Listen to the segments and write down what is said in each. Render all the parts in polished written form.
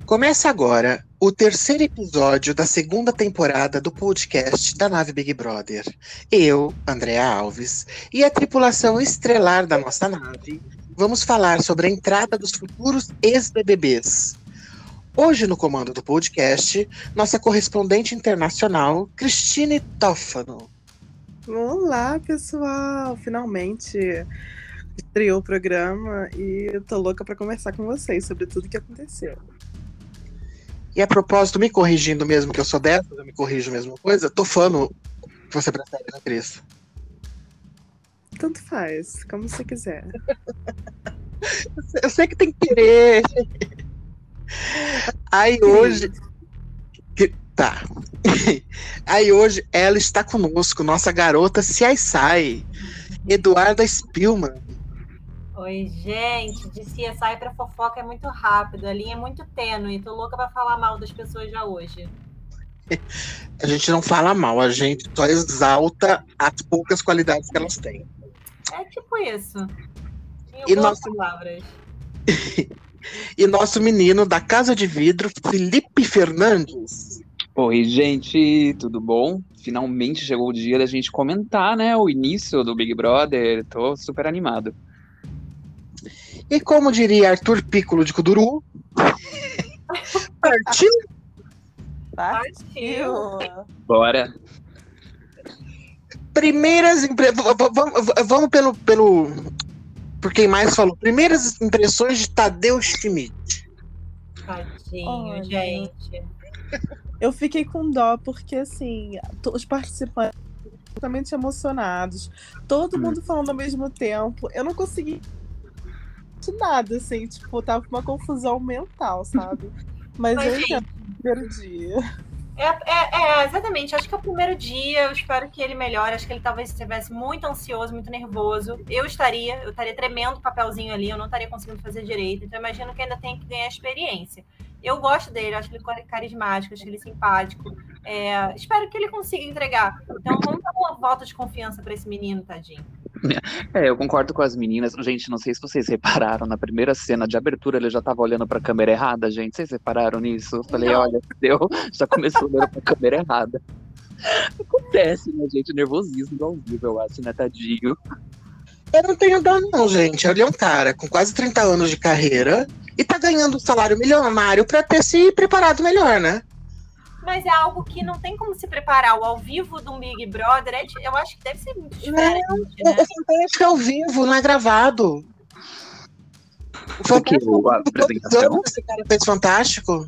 Começa agora o terceiro episódio da segunda temporada do podcast da nave Big Brother. Eu, Andréa Alves, e a tripulação estrelar da nossa nave, vamos falar sobre a entrada dos futuros ex-BBBs. Hoje no comando do podcast, nossa correspondente internacional, Cristine Tófano. Olá, pessoal! Finalmente estreou o programa e eu tô louca pra conversar com vocês sobre tudo que aconteceu. E a propósito, me corrigindo mesmo que eu sou dessa, eu me corrijo a mesma coisa, Tofano, que você prefere, né, Cris? Tanto faz, como você quiser. Eu sei que tem que querer. Aí hoje... Tá. Aí hoje ela está conosco, nossa garota CSI, Eduarda Spillman. Oi, gente, de CSI pra fofoca é muito rápido, a linha é muito tênue, tô louca pra falar mal das pessoas já hoje. A gente não fala mal, a gente só exalta as poucas qualidades que elas têm. É tipo isso. E Palavras. E nosso menino da Casa de Vidro, Felipe Fernandes. Oi, gente, tudo bom? Finalmente chegou o dia da gente comentar, né, o início do Big Brother. Tô super animado. E como diria Arthur Piccolo de Kuduru, partiu? Partiu! Bora! Primeiras vamos por quem mais falou. Primeiras impressões de Tadeu Schmidt. Tadinho, Olha, gente. Eu fiquei com dó porque, assim, os participantes totalmente emocionados, todo mundo falando ao mesmo tempo. Eu não consegui de nada, assim, tipo, tava com uma confusão mental, sabe? Mas eu entendo o primeiro dia. Exatamente. Acho que é o primeiro dia, eu espero que ele melhore. Acho que ele talvez estivesse muito ansioso, muito nervoso. Eu estaria tremendo o papelzinho ali, eu não estaria conseguindo fazer direito. Então, imagino que ainda tem que ganhar experiência. Eu gosto dele, acho ele carismático, acho ele simpático. Espero que ele consiga entregar. Então, vamos dar uma volta de confiança para esse menino, tadinho. Eu concordo com as meninas. Gente, não sei se vocês repararam, na primeira cena de abertura ele já tava olhando pra câmera errada, gente. Vocês repararam nisso? Eu falei, Não. olha, deu, já começou olhando pra câmera errada. Acontece, né, gente? Nervosismo ao vivo, eu acho, né, tadinho? Eu não tenho dó não, gente. Ele é um cara com quase 30 anos de carreira e tá ganhando um salário milionário pra ter se preparado melhor, né? Mas é algo que não tem como se preparar. O ao vivo de um Big Brother, eu acho que deve ser muito diferente, né? O Fantástico é ao vivo, não é gravado. O Fantástico, a apresentação? esse cara fez Fantástico.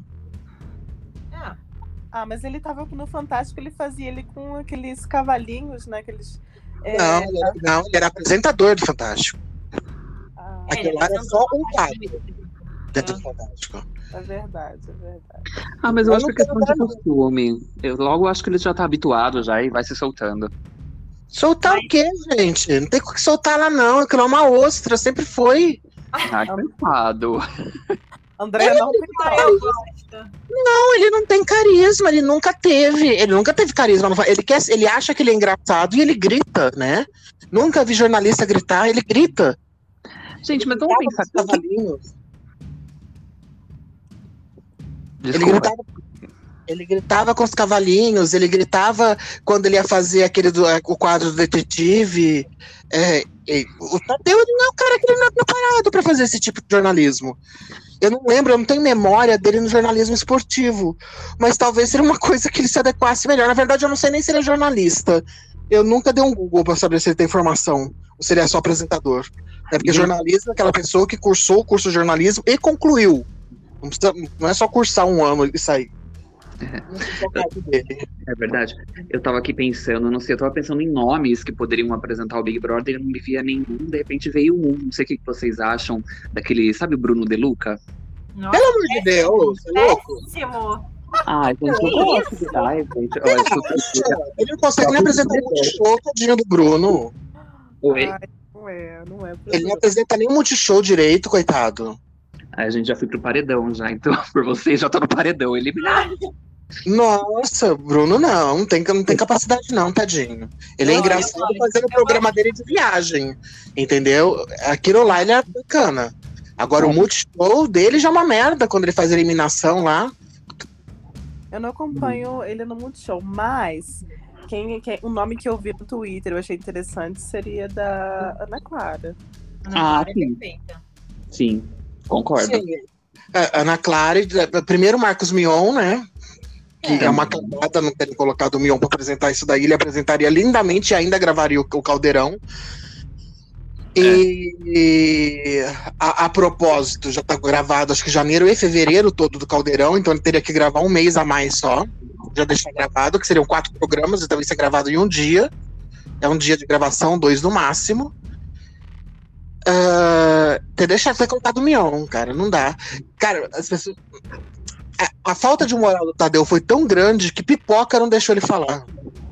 Ah, mas ele tava no Fantástico, ele fazia ele com aqueles cavalinhos, né? Aqueles, Não, ele era apresentador do Fantástico. Aquele lá era só um quadro dentro do Fantástico. É verdade. Ah, mas eu acho que é questão de costume. Eu logo acho que ele já tá habituado já e vai se soltando. Soltar o quê, gente? Não tem o que soltar lá, não. Aquilo é uma ostra, sempre foi. Ah, coitado. André não Não, ele não tem carisma, ele nunca teve. Ele nunca teve carisma. Ele acha que ele é engraçado e ele grita, né? Nunca vi jornalista gritar, ele grita. Gente, mas vamos pensar que... Cavalinhos. Desculpa. Ele gritava com os cavalinhos, ele gritava quando ele ia fazer o quadro do detetive. O Tadeu ele não é um cara que ele não é preparado para fazer esse tipo de jornalismo. Eu não tenho memória dele no jornalismo esportivo, mas talvez seria uma coisa que ele se adequasse melhor. Na verdade, eu não sei nem se ele é jornalista. Eu nunca dei um Google para saber se ele tem formação ou se ele é só apresentador. Porque jornalismo é aquela pessoa que cursou o curso de jornalismo e concluiu. Não é só cursar um ano e sair. É verdade. Eu tava aqui pensando, não sei, eu tava pensando em nomes que poderiam apresentar o Big Brother e não me via nenhum, de repente veio um. Não sei o que vocês acham daquele, sabe o Bruno De Luca? Nossa, pelo amor de Deus, você é louco? péssimo. Ai, gente, eu gosto de dar, gente. Ele não consegue nem apresentar um multishow, tadinho do Bruno. Oi? Ai, não é. Ele não apresenta nem multishow direito, coitado. A gente já foi pro paredão já, então por vocês já tô no paredão, eliminado. Nossa, Bruno não tem capacidade não, tadinho. Ele é engraçado fazendo o programa dele de viagem, entendeu? Aquilo lá ele é bacana. Agora o Multishow dele já é uma merda quando ele faz a eliminação lá. Eu não acompanho ele no Multishow, mas o nome que eu vi no Twitter, eu achei interessante, seria da Ana Clara. Sim. Sim, concordo. Sim. Ana Clara, primeiro Marcos Mion, né? Que é uma cagada não terem colocado o Mion pra apresentar isso daí. Ele apresentaria lindamente e ainda gravaria o Caldeirão. E a propósito, já tá gravado acho que janeiro e fevereiro todo do Caldeirão, então ele teria que gravar um mês a mais só. Já deixar gravado, que seriam 4 programas, então isso é gravado em um dia. É um dia de gravação, 2 no máximo. Ter deixado ter colocado o Mion, cara, não dá. Cara, as pessoas. A falta de moral do Tadeu foi tão grande que Pipoca não deixou ele falar.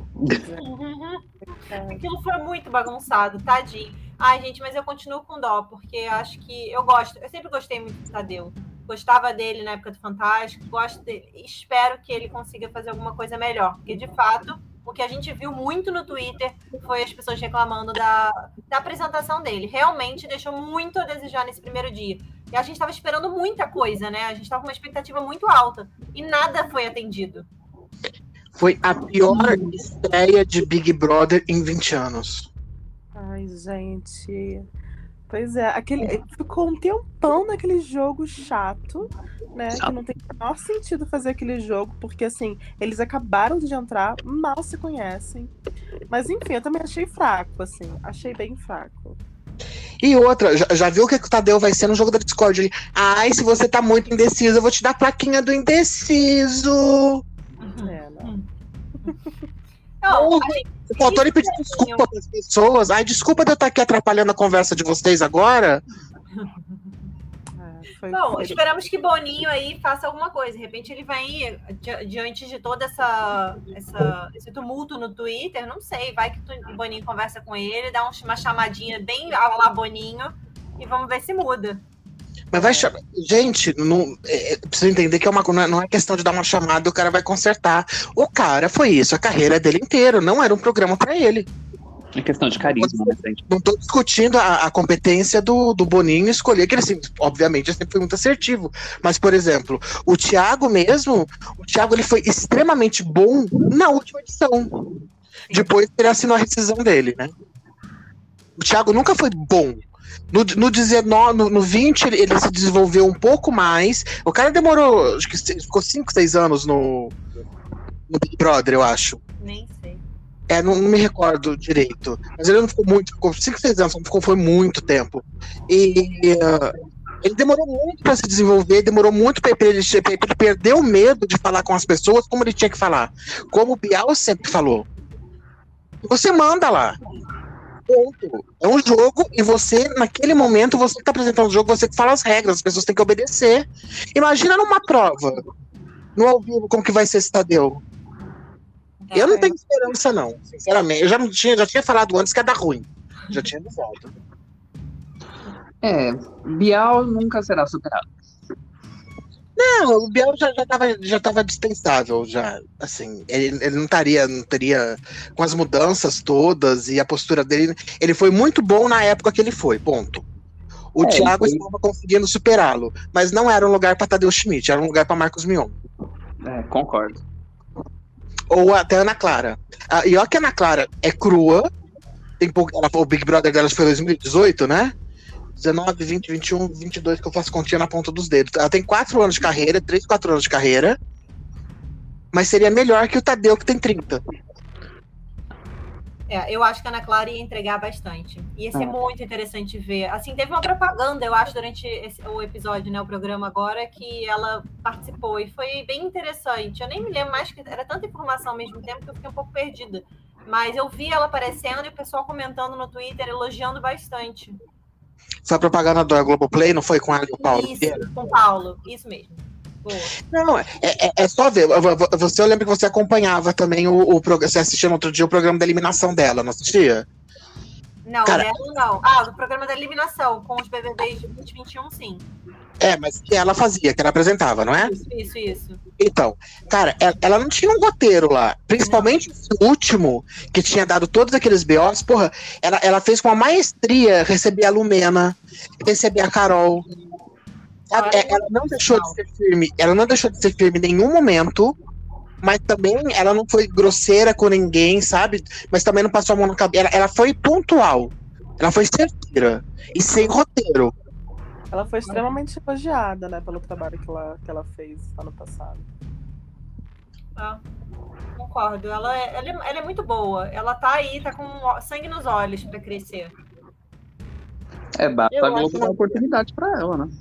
Aquilo foi muito bagunçado, tadinho. Ai, gente, mas eu continuo com dó, porque acho que eu sempre gostei muito do Tadeu. Gostava dele na época do Fantástico, gosto dele. Espero que ele consiga fazer alguma coisa melhor, porque de fato, o que a gente viu muito no Twitter foi as pessoas reclamando da apresentação dele. Realmente deixou muito a desejar nesse primeiro dia. E a gente estava esperando muita coisa, né? A gente estava com uma expectativa muito alta. E nada foi atendido. Foi a pior estreia de Big Brother em 20 anos. Ai, gente. Pois é, ficou um tempão naquele jogo chato, né? Que não tem o menor sentido fazer aquele jogo, porque assim, eles acabaram de entrar, mal se conhecem. Mas enfim, eu também achei fraco, assim. Achei bem fraco. E outra, já viu o que o Tadeu vai ser no jogo da Discord? Ele, ai, se você tá muito indeciso, eu vou te dar a plaquinha do indeciso. Faltou ele pedir desculpa para as pessoas. Ai, desculpa de eu estar aqui atrapalhando a conversa de vocês agora. Bom, esperamos que Boninho aí faça alguma coisa. De repente ele vai diante de todo esse tumulto no Twitter, não sei, vai que o Boninho conversa com ele, dá uma chamadinha bem a lá Boninho e vamos ver se muda. Mas vai chamar. Gente, precisa entender que não é questão de dar uma chamada e o cara vai consertar. O cara foi isso, a carreira dele inteira. Não era um programa pra ele. É questão de carisma, né, gente? Não tô discutindo a competência do Boninho escolher, que ele, assim, obviamente, sempre foi muito assertivo. Mas, por exemplo, o Thiago ele foi extremamente bom na última edição. Depois ele assinou a rescisão dele, né? O Thiago nunca foi bom. No 20 ele se desenvolveu um pouco mais. O cara demorou, acho que ficou 5, 6 anos no Big Brother, eu acho. Nem sei. Não me recordo direito. Mas ele não ficou muito, ficou 5, 6 anos, foi muito tempo. E ele demorou muito para se desenvolver, demorou muito para ele perder o medo de falar com as pessoas como ele tinha que falar. Como o Bial sempre falou. Você manda lá. Ponto. É um jogo e você, naquele momento, você que tá apresentando o jogo, você que fala as regras, as pessoas têm que obedecer. Imagina numa prova, no ao vivo, como que vai ser esse Tadeu. Eu não tenho esperança, não. Sinceramente, eu já tinha falado antes que ia dar ruim. Já tinha avisado. Bial nunca será superado. Não, o Biel já tava dispensável, já, assim, ele não teria, com as mudanças todas e a postura dele, ele foi muito bom na época que ele foi, ponto. O Thiago estava conseguindo superá-lo, mas não era um lugar para Tadeu Schmidt, era um lugar para Marcos Mion. Concordo. Ou até Ana Clara. E olha que a Ana Clara é crua, o Big Brother dela foi em 2018, né? 19, 20, 21, 22, que eu faço continha na ponta dos dedos. Ela tem 4 anos de carreira, 3, 4 anos de carreira, mas seria melhor que o Tadeu, que tem 30. Eu acho que a Ana Clara ia entregar bastante. Ia ser muito interessante ver. Assim, teve uma propaganda, eu acho, durante o episódio, né, o programa agora, que ela participou e foi bem interessante. Eu nem me lembro mais, que era tanta informação ao mesmo tempo que eu fiquei um pouco perdida. Mas eu vi ela aparecendo e o pessoal comentando no Twitter, elogiando bastante. Foi a propaganda da Globoplay, não foi com ela e o Paulo? Isso, com o Paulo, isso mesmo. Boa. Não, é só ver. Eu lembro que você acompanhava também você assistia no outro dia o programa da eliminação dela, não assistia? Não, dela não. O programa da eliminação, com os BBBs de 2021, sim. Mas que ela fazia, que ela apresentava, não é? Isso. Então, cara, ela não tinha um roteiro lá. Principalmente esse último, que tinha dado todos aqueles BOs, porra, ela fez com uma maestria receber a Lumena, receber a Carol, Sabe, ela não deixou de ser firme. Ela não deixou de ser firme em nenhum momento. Mas também ela não foi grosseira com ninguém, sabe? Mas também não passou a mão na cabeça. Ela foi pontual. Ela foi certeira. E sem roteiro. Ela foi extremamente elogiada, né, pelo trabalho que ela fez ano passado. Concordo. Ela é muito boa. Ela tá aí, tá com sangue nos olhos pra crescer. Basta a Globo dar oportunidade pra ela, né?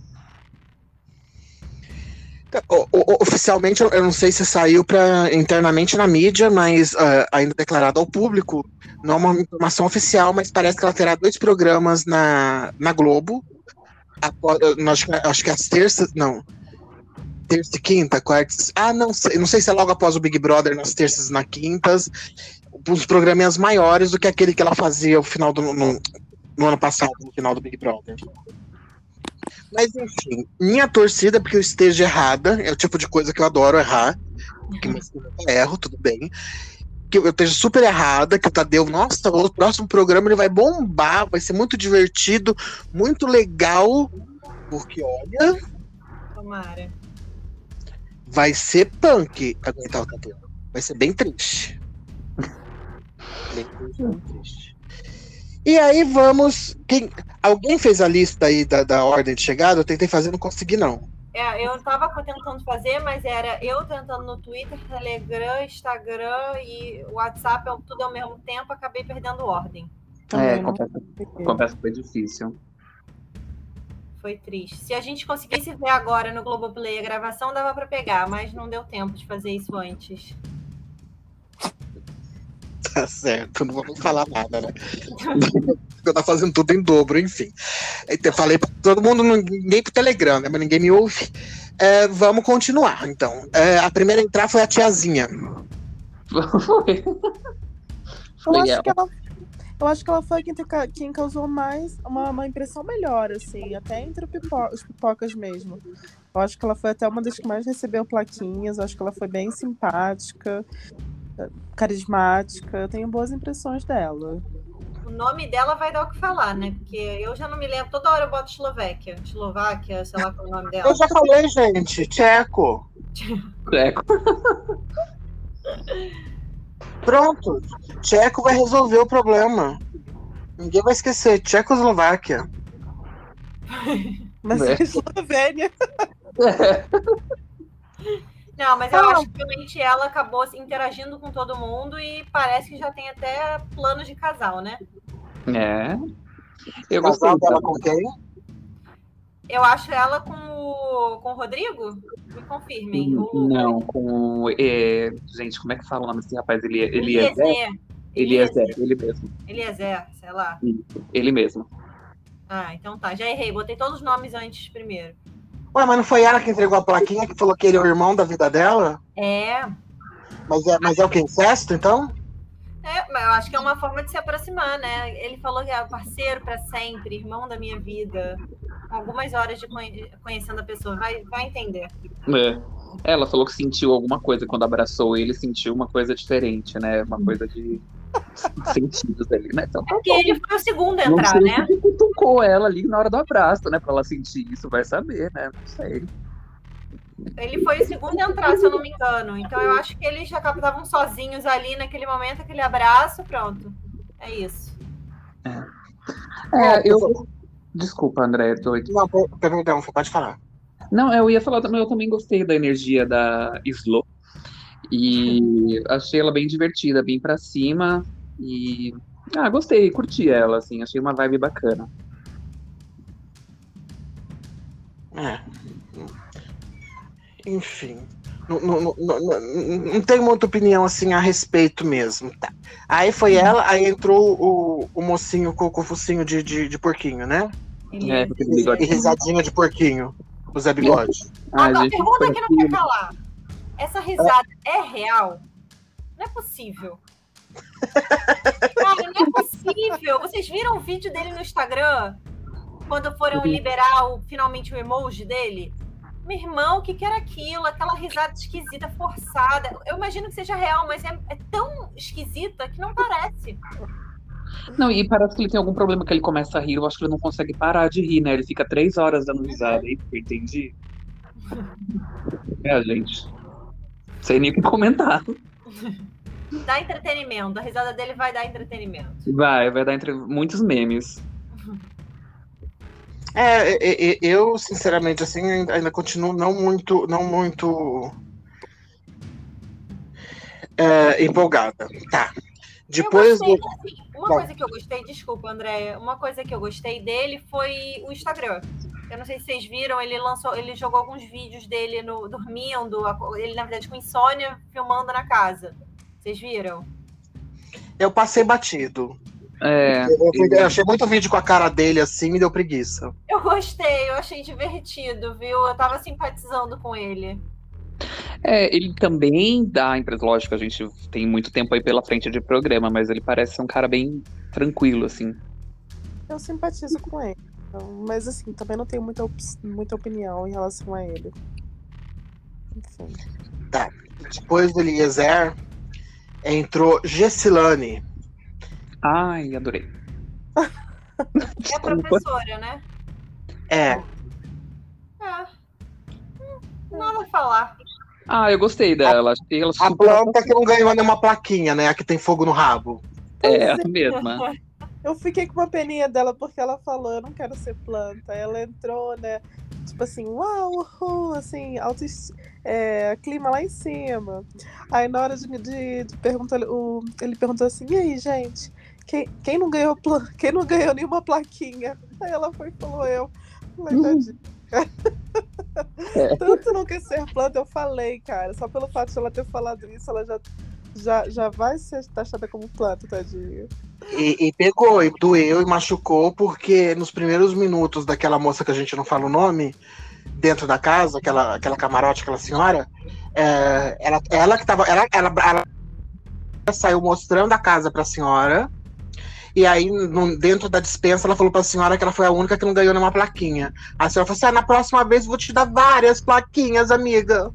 Oficialmente, eu não sei se saiu internamente na mídia, mas ainda declarado ao público, não é uma informação oficial, mas parece que ela terá 2 programas na Globo. Acho que as terças, não. Terça e quinta, quartas. Não sei se é logo após o Big Brother, nas terças e nas quintas. Uns programinhas maiores do que aquele que ela fazia no ano passado, no final do Big Brother. Mas enfim, minha torcida é porque eu esteja errada, é o tipo de coisa que eu adoro errar, mas eu erro, tudo bem. Que eu esteja super errada, que o Tadeu, nossa, o próximo programa ele vai bombar, vai ser muito divertido, muito legal, porque olha. Tomara. Vai ser punk aguentar o Tadeu. Vai ser bem triste. Bem triste. E aí vamos. Alguém fez a lista aí da ordem de chegada? Eu tentei fazer, não consegui, não. Eu tava tentando fazer, mas era eu tentando no Twitter, Telegram, Instagram e WhatsApp, tudo ao mesmo tempo, acabei perdendo ordem. Confesso que foi difícil. Foi triste. Se a gente conseguisse ver agora no Globoplay a gravação, dava pra pegar, mas não deu tempo de fazer isso antes. Tá certo, não vamos falar nada, né? Eu tava fazendo tudo em dobro, enfim. Eu falei pra todo mundo, ninguém pro Telegram, né? Mas ninguém me ouve. Vamos continuar, então. A primeira a entrar foi a tiazinha. Foi. Eu acho que ela foi quem causou mais uma impressão melhor, assim, até entre os pipocas mesmo. Eu acho que ela foi até uma das que mais recebeu plaquinhas, eu acho que ela foi bem simpática, carismática, eu tenho boas impressões dela. O nome dela vai dar o que falar, né? Porque eu já não me lembro, toda hora eu boto Eslováquia, sei lá qual é o nome dela. Eu já falei, gente, tcheco. Pronto, tcheco vai resolver o problema. Ninguém vai esquecer, Tchecoslováquia. Mas é Eslovênia. Não, mas eu acho que realmente ela acabou interagindo com todo mundo e parece que já tem até planos de casal, né? Eu gostei dela com quem? Eu acho ela com o Rodrigo? Me confirmem. Não, com... gente, como é que fala o nome desse rapaz? Eliezer, ele mesmo. Eliezer, sei lá. Ele mesmo. Então tá. Já errei. Botei todos os nomes antes primeiro. Ué, mas não foi ela que entregou a plaquinha que falou que ele é o irmão da vida dela? Mas é o que? Incesto, então? Mas eu acho que é uma forma de se aproximar, né? Ele falou que é parceiro pra sempre, irmão da minha vida. Algumas horas de conhecendo a pessoa. Vai entender. Ela falou que sentiu alguma coisa quando abraçou ele, sentiu uma coisa diferente, né? Uma coisa de sentidos ali, né? Então, porque ele foi o segundo a entrar, né? Ele cutucou ela ali na hora do abraço, né? Pra ela sentir isso, vai saber, né? Não sei. Ele foi o segundo a entrar, se eu não me engano. Então eu acho que eles já estavam sozinhos ali naquele momento, aquele abraço, pronto. É isso. Desculpa, André, doido. Não, perdão, você pode falar. Não, eu ia falar também, eu também gostei da energia da Slo. E achei ela bem divertida, bem pra cima. E. Gostei, curti ela, assim, achei uma vibe bacana. Enfim. Não tenho muita opinião assim a respeito mesmo. Tá. Aí foi ela, aí entrou o mocinho com o focinho de porquinho, né? E risadinha de porquinho, o Zé Bigode. A pergunta que não quer calar. Essa risada é real? Não é possível. Cara, não é possível. Vocês viram o vídeo dele no Instagram? Quando foram liberar finalmente o emoji dele? Meu irmão, o que era aquilo? Aquela risada esquisita, forçada. Eu imagino que seja real, mas é tão esquisita que não parece. Não, e parece que ele tem algum problema que ele começa a rir, eu acho que ele não consegue parar de rir, né? Ele fica 3 horas dando risada, é isso que eu entendi. Gente. Sem nem o que comentar. Dá entretenimento. A risada dele vai dar entretenimento. Vai dar entre muitos memes. Eu, sinceramente, assim, ainda continuo não muito empolgada. Tá. Depois eu gostei, assim, coisa que eu gostei, desculpa, Andréia, uma coisa que eu gostei dele foi o Instagram. Eu não sei se vocês viram, ele jogou alguns vídeos dele dormindo, ele, na verdade, com insônia, filmando na casa. Vocês viram? Eu passei batido. Eu achei muito vídeo com a cara dele assim, me deu preguiça. Eu gostei, eu achei divertido, viu? Eu tava simpatizando com ele. Ele também dá empresa, lógico, a gente tem muito tempo aí pela frente de programa, mas ele parece ser um cara bem tranquilo, assim. Eu simpatizo com ele, mas assim, também não tenho muita opinião em relação a ele. Enfim. Tá. Depois do Eliezer, entrou Gessilane. Ai, adorei. É a professora, né? Nada a falar. Eu gostei dela. Achei ela a planta que não ganhou nenhuma plaquinha, né? A que tem fogo no rabo. A mesma. Eu fiquei com uma peninha dela porque ela falou, eu não quero ser planta. Ela entrou, né? Tipo assim, uau, assim, clima lá em cima. Aí na hora de perguntar, ele perguntou assim, e aí, gente? Quem não ganhou nenhuma plaquinha? Aí ela foi e falou, eu. Falei, tadinha. Tanto não quer ser planta, eu falei, cara. Só pelo fato de ela ter falado isso, ela já vai ser taxada como planta, tadinha. E pegou, e doeu, e machucou, porque nos primeiros minutos daquela moça que a gente não fala o nome, dentro da casa, aquela camarote, aquela senhora, ela que tava. Ela saiu mostrando a casa pra senhora. E aí, dentro da dispensa, ela falou pra senhora que ela foi a única que não ganhou nenhuma plaquinha. A senhora falou assim, na próxima vez eu vou te dar várias plaquinhas, amiga.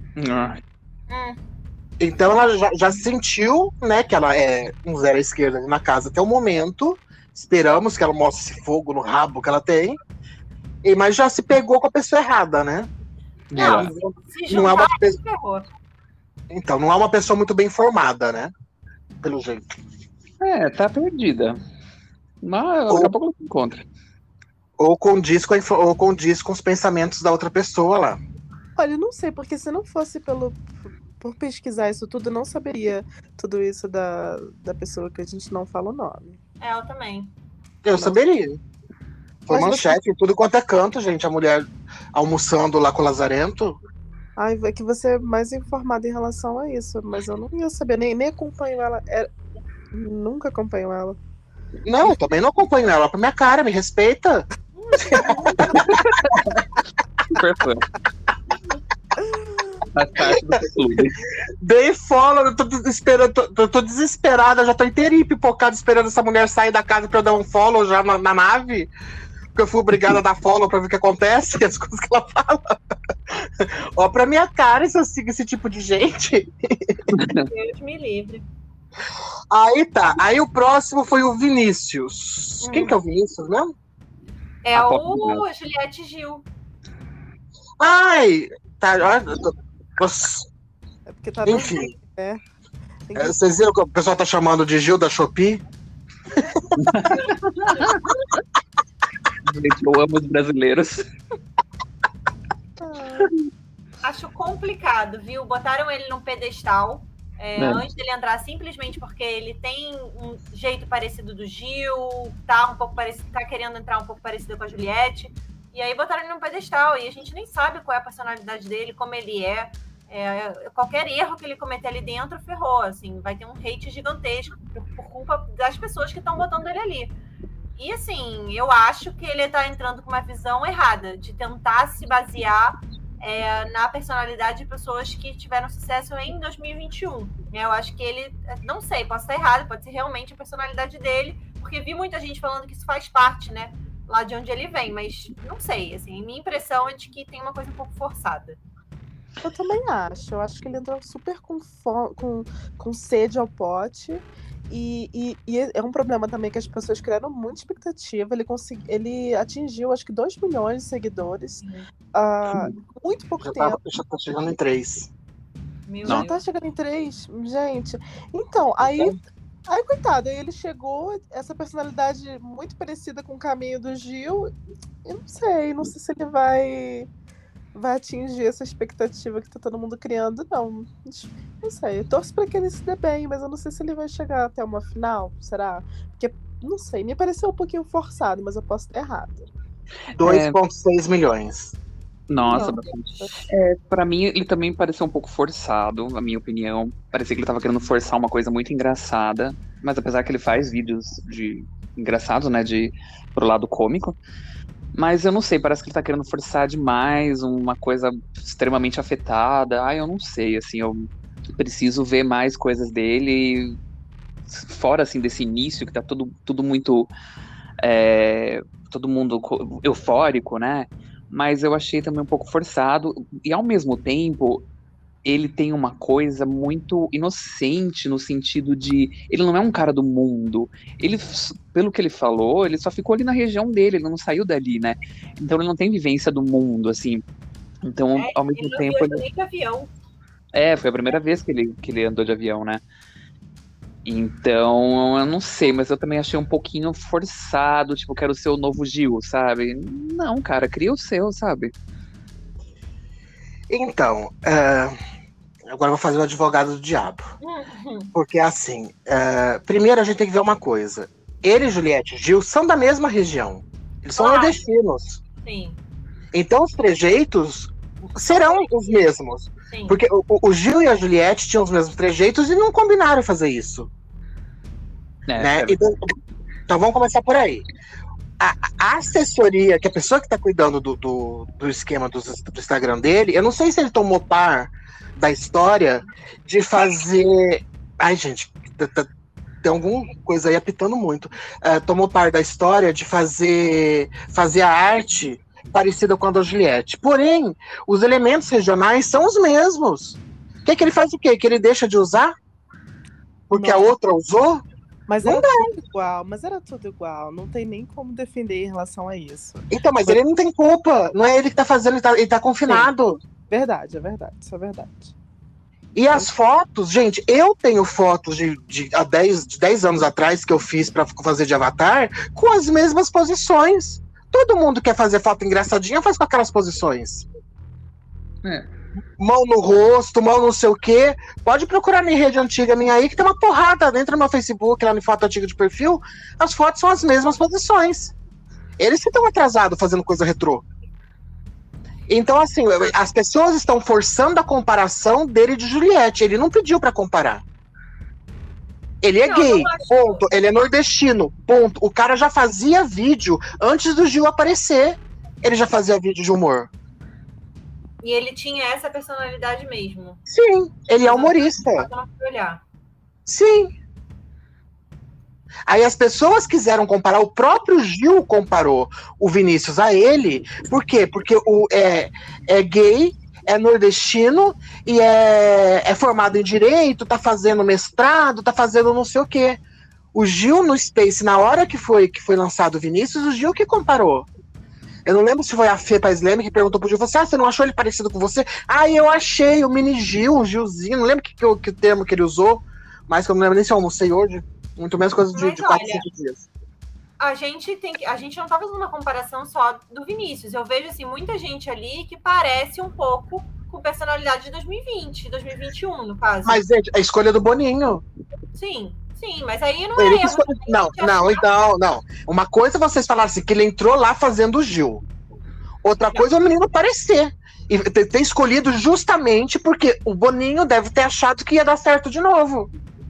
Então ela já sentiu, né, que ela é um zero à esquerda na casa até o momento. Esperamos que ela mostre esse fogo no rabo que ela tem. Mas já se pegou com a pessoa errada, né? Não é uma pessoa... Então, não é uma pessoa muito bem informada, né? Pelo jeito. Tá perdida. Mas daqui a pouco ela se encontra. Ou condiz com os pensamentos da outra pessoa lá. Olha, eu não sei, porque se não fosse por pesquisar isso tudo, eu não saberia tudo isso da pessoa que a gente não fala o nome. Eu também. Eu saberia. Foi manchete em tudo quanto é canto, gente. A mulher almoçando lá com o Lazarento. Ai, é que você é mais informada em relação a isso, mas eu não ia saber, nem acompanho ela. Nunca acompanho ela. Não, eu também não acompanho ela pra minha cara, me respeita. Dei follow, eu tô desesperada, já tô inteirinha pipocada esperando essa mulher sair da casa pra eu dar um follow já na nave. Porque eu fui obrigada a dar follow pra ver o que acontece, as coisas que ela fala. Ó, pra minha cara, se eu sigo esse tipo de gente. Deus me livre. Aí tá, aí o próximo foi o Vinícius. Quem que é o Vinícius mesmo? É o Juliette Gil. Ai, tá, é porque tá enfim. Vocês viram que o pessoal tá chamando de Gil da Shopee? Gente, eu amo os brasileiros. Acho complicado, viu? Botaram ele num pedestal antes dele entrar, simplesmente porque ele tem um jeito parecido do Gil, tá um pouco parecido, tá querendo entrar um pouco parecido com a Juliette. E aí botaram ele num pedestal e a gente nem sabe qual é a personalidade dele, como ele é. Qualquer erro que ele cometer ali dentro ferrou, assim, vai ter um hate gigantesco por culpa das pessoas que estão botando ele ali. E assim, eu acho que ele tá entrando com uma visão errada, de tentar se basear na personalidade de pessoas que tiveram sucesso em 2021. Eu acho que ele, não sei, posso estar errado, pode ser realmente a personalidade dele, porque vi muita gente falando que isso faz parte, né, lá de onde ele vem, mas não sei, assim, minha impressão é de que tem uma coisa um pouco forçada. Eu também acho. Eu acho que ele entrou super com sede ao pote. E é um problema também que as pessoas criaram muita expectativa. Ele atingiu, acho que 2 milhões de seguidores. Muito pouco tempo. Já tá chegando em 3. Já tá chegando em 3, gente. Então, aí, coitado, aí ele chegou, essa personalidade muito parecida com o caminho do Gil. Eu não sei se ele vai atingir essa expectativa que tá todo mundo criando, não. Não sei, eu torço pra que ele se dê bem, mas eu não sei se ele vai chegar até uma final, será? Porque, não sei, me pareceu um pouquinho forçado, mas eu posso estar errado. 2,6 milhões. Nossa, bastante. Pra mim, ele também pareceu um pouco forçado, na minha opinião. Parecia que ele tava querendo forçar uma coisa muito engraçada, mas apesar que ele faz vídeos engraçados, né, pro lado cômico. Mas eu não sei, parece que ele tá querendo forçar demais, uma coisa extremamente afetada. Eu não sei, assim, eu preciso ver mais coisas dele, fora, assim, desse início, que tá tudo muito, todo mundo eufórico, né? Mas eu achei também um pouco forçado, e ao mesmo tempo, ele tem uma coisa muito inocente, no sentido de, ele não é um cara do mundo, ele, pelo que ele falou, ele só ficou ali na região dele, ele não saiu dali, né? Então ele não tem vivência do mundo, assim. Então, ao mesmo tempo... Ele de avião. Foi a primeira vez que ele andou de avião, né? Então, eu não sei, mas eu também achei um pouquinho forçado, tipo, quero ser o novo Gil, sabe? Não, cara, cria o seu, sabe? Então, agora eu vou fazer o advogado do diabo. Porque assim, primeiro a gente tem que ver uma coisa. Ele, Juliette e Gil são da mesma região. Eles são nordestinos. Sim. Então os trejeitos serão os mesmos. Sim. Porque o Gil e a Juliette tinham os mesmos trejeitos e não combinaram fazer isso. Né? Então vamos começar por aí. A assessoria, que a pessoa que está cuidando do esquema do Instagram dele, eu não sei se ele tomou par da história de fazer... Ai, gente, tem alguma coisa aí apitando muito. Tomou par da história de fazer a arte parecida com a da Juliette. Porém, os elementos regionais são os mesmos. Que ele faz o quê? Que ele deixa de usar? Porque a outra usou? Mas era tudo igual, não tem nem como defender em relação a isso. Então, mas ele não tem culpa, não é ele que tá fazendo, ele tá confinado. Sim. Verdade, isso é verdade. E as fotos, gente, eu tenho fotos de 10 anos atrás que eu fiz pra fazer de Avatar com as mesmas posições. Todo mundo quer fazer foto engraçadinha, faz com aquelas posições. Mão no rosto, mão não sei o quê. Pode procurar na rede antiga minha aí, que tem uma porrada dentro do meu Facebook, lá no foto antiga de perfil. As fotos são as mesmas posições. Eles que estão atrasados fazendo coisa retrô. Então, assim, as pessoas estão forçando a comparação dele de Juliette. Ele não pediu pra comparar. Ele é gay, ponto. Ele é nordestino, ponto. O cara já fazia vídeo antes do Gil aparecer. Ele já fazia vídeo de humor. E ele tinha essa personalidade mesmo. Sim, ele é humorista. Sim. Aí as pessoas quiseram comparar, o próprio Gil comparou o Vinícius a ele. Por quê? Porque é gay, é nordestino e é formado em direito, tá fazendo mestrado, tá fazendo não sei o quê. O Gil no Space, na hora que foi lançado o Vinícius, o Gil que comparou. Eu não lembro se foi a Fê Paisleme que perguntou pro Gil, você não achou ele parecido com você? Eu achei, o mini Gil, o Gilzinho, não lembro que o termo que ele usou, mas que eu não lembro nem se eu almocei hoje, muito menos coisa de 4, 5 dias. A gente não tá fazendo uma comparação só do Vinícius, eu vejo assim, muita gente ali que parece um pouco com personalidade de 2020, 2021, no caso. Mas, gente, a escolha do Boninho. Sim, mas aí não é erro. Não. Uma coisa é vocês falarem assim, que ele entrou lá fazendo o Gil. Outra coisa é o menino aparecer. E ter escolhido justamente porque o Boninho deve ter achado que ia dar certo de novo.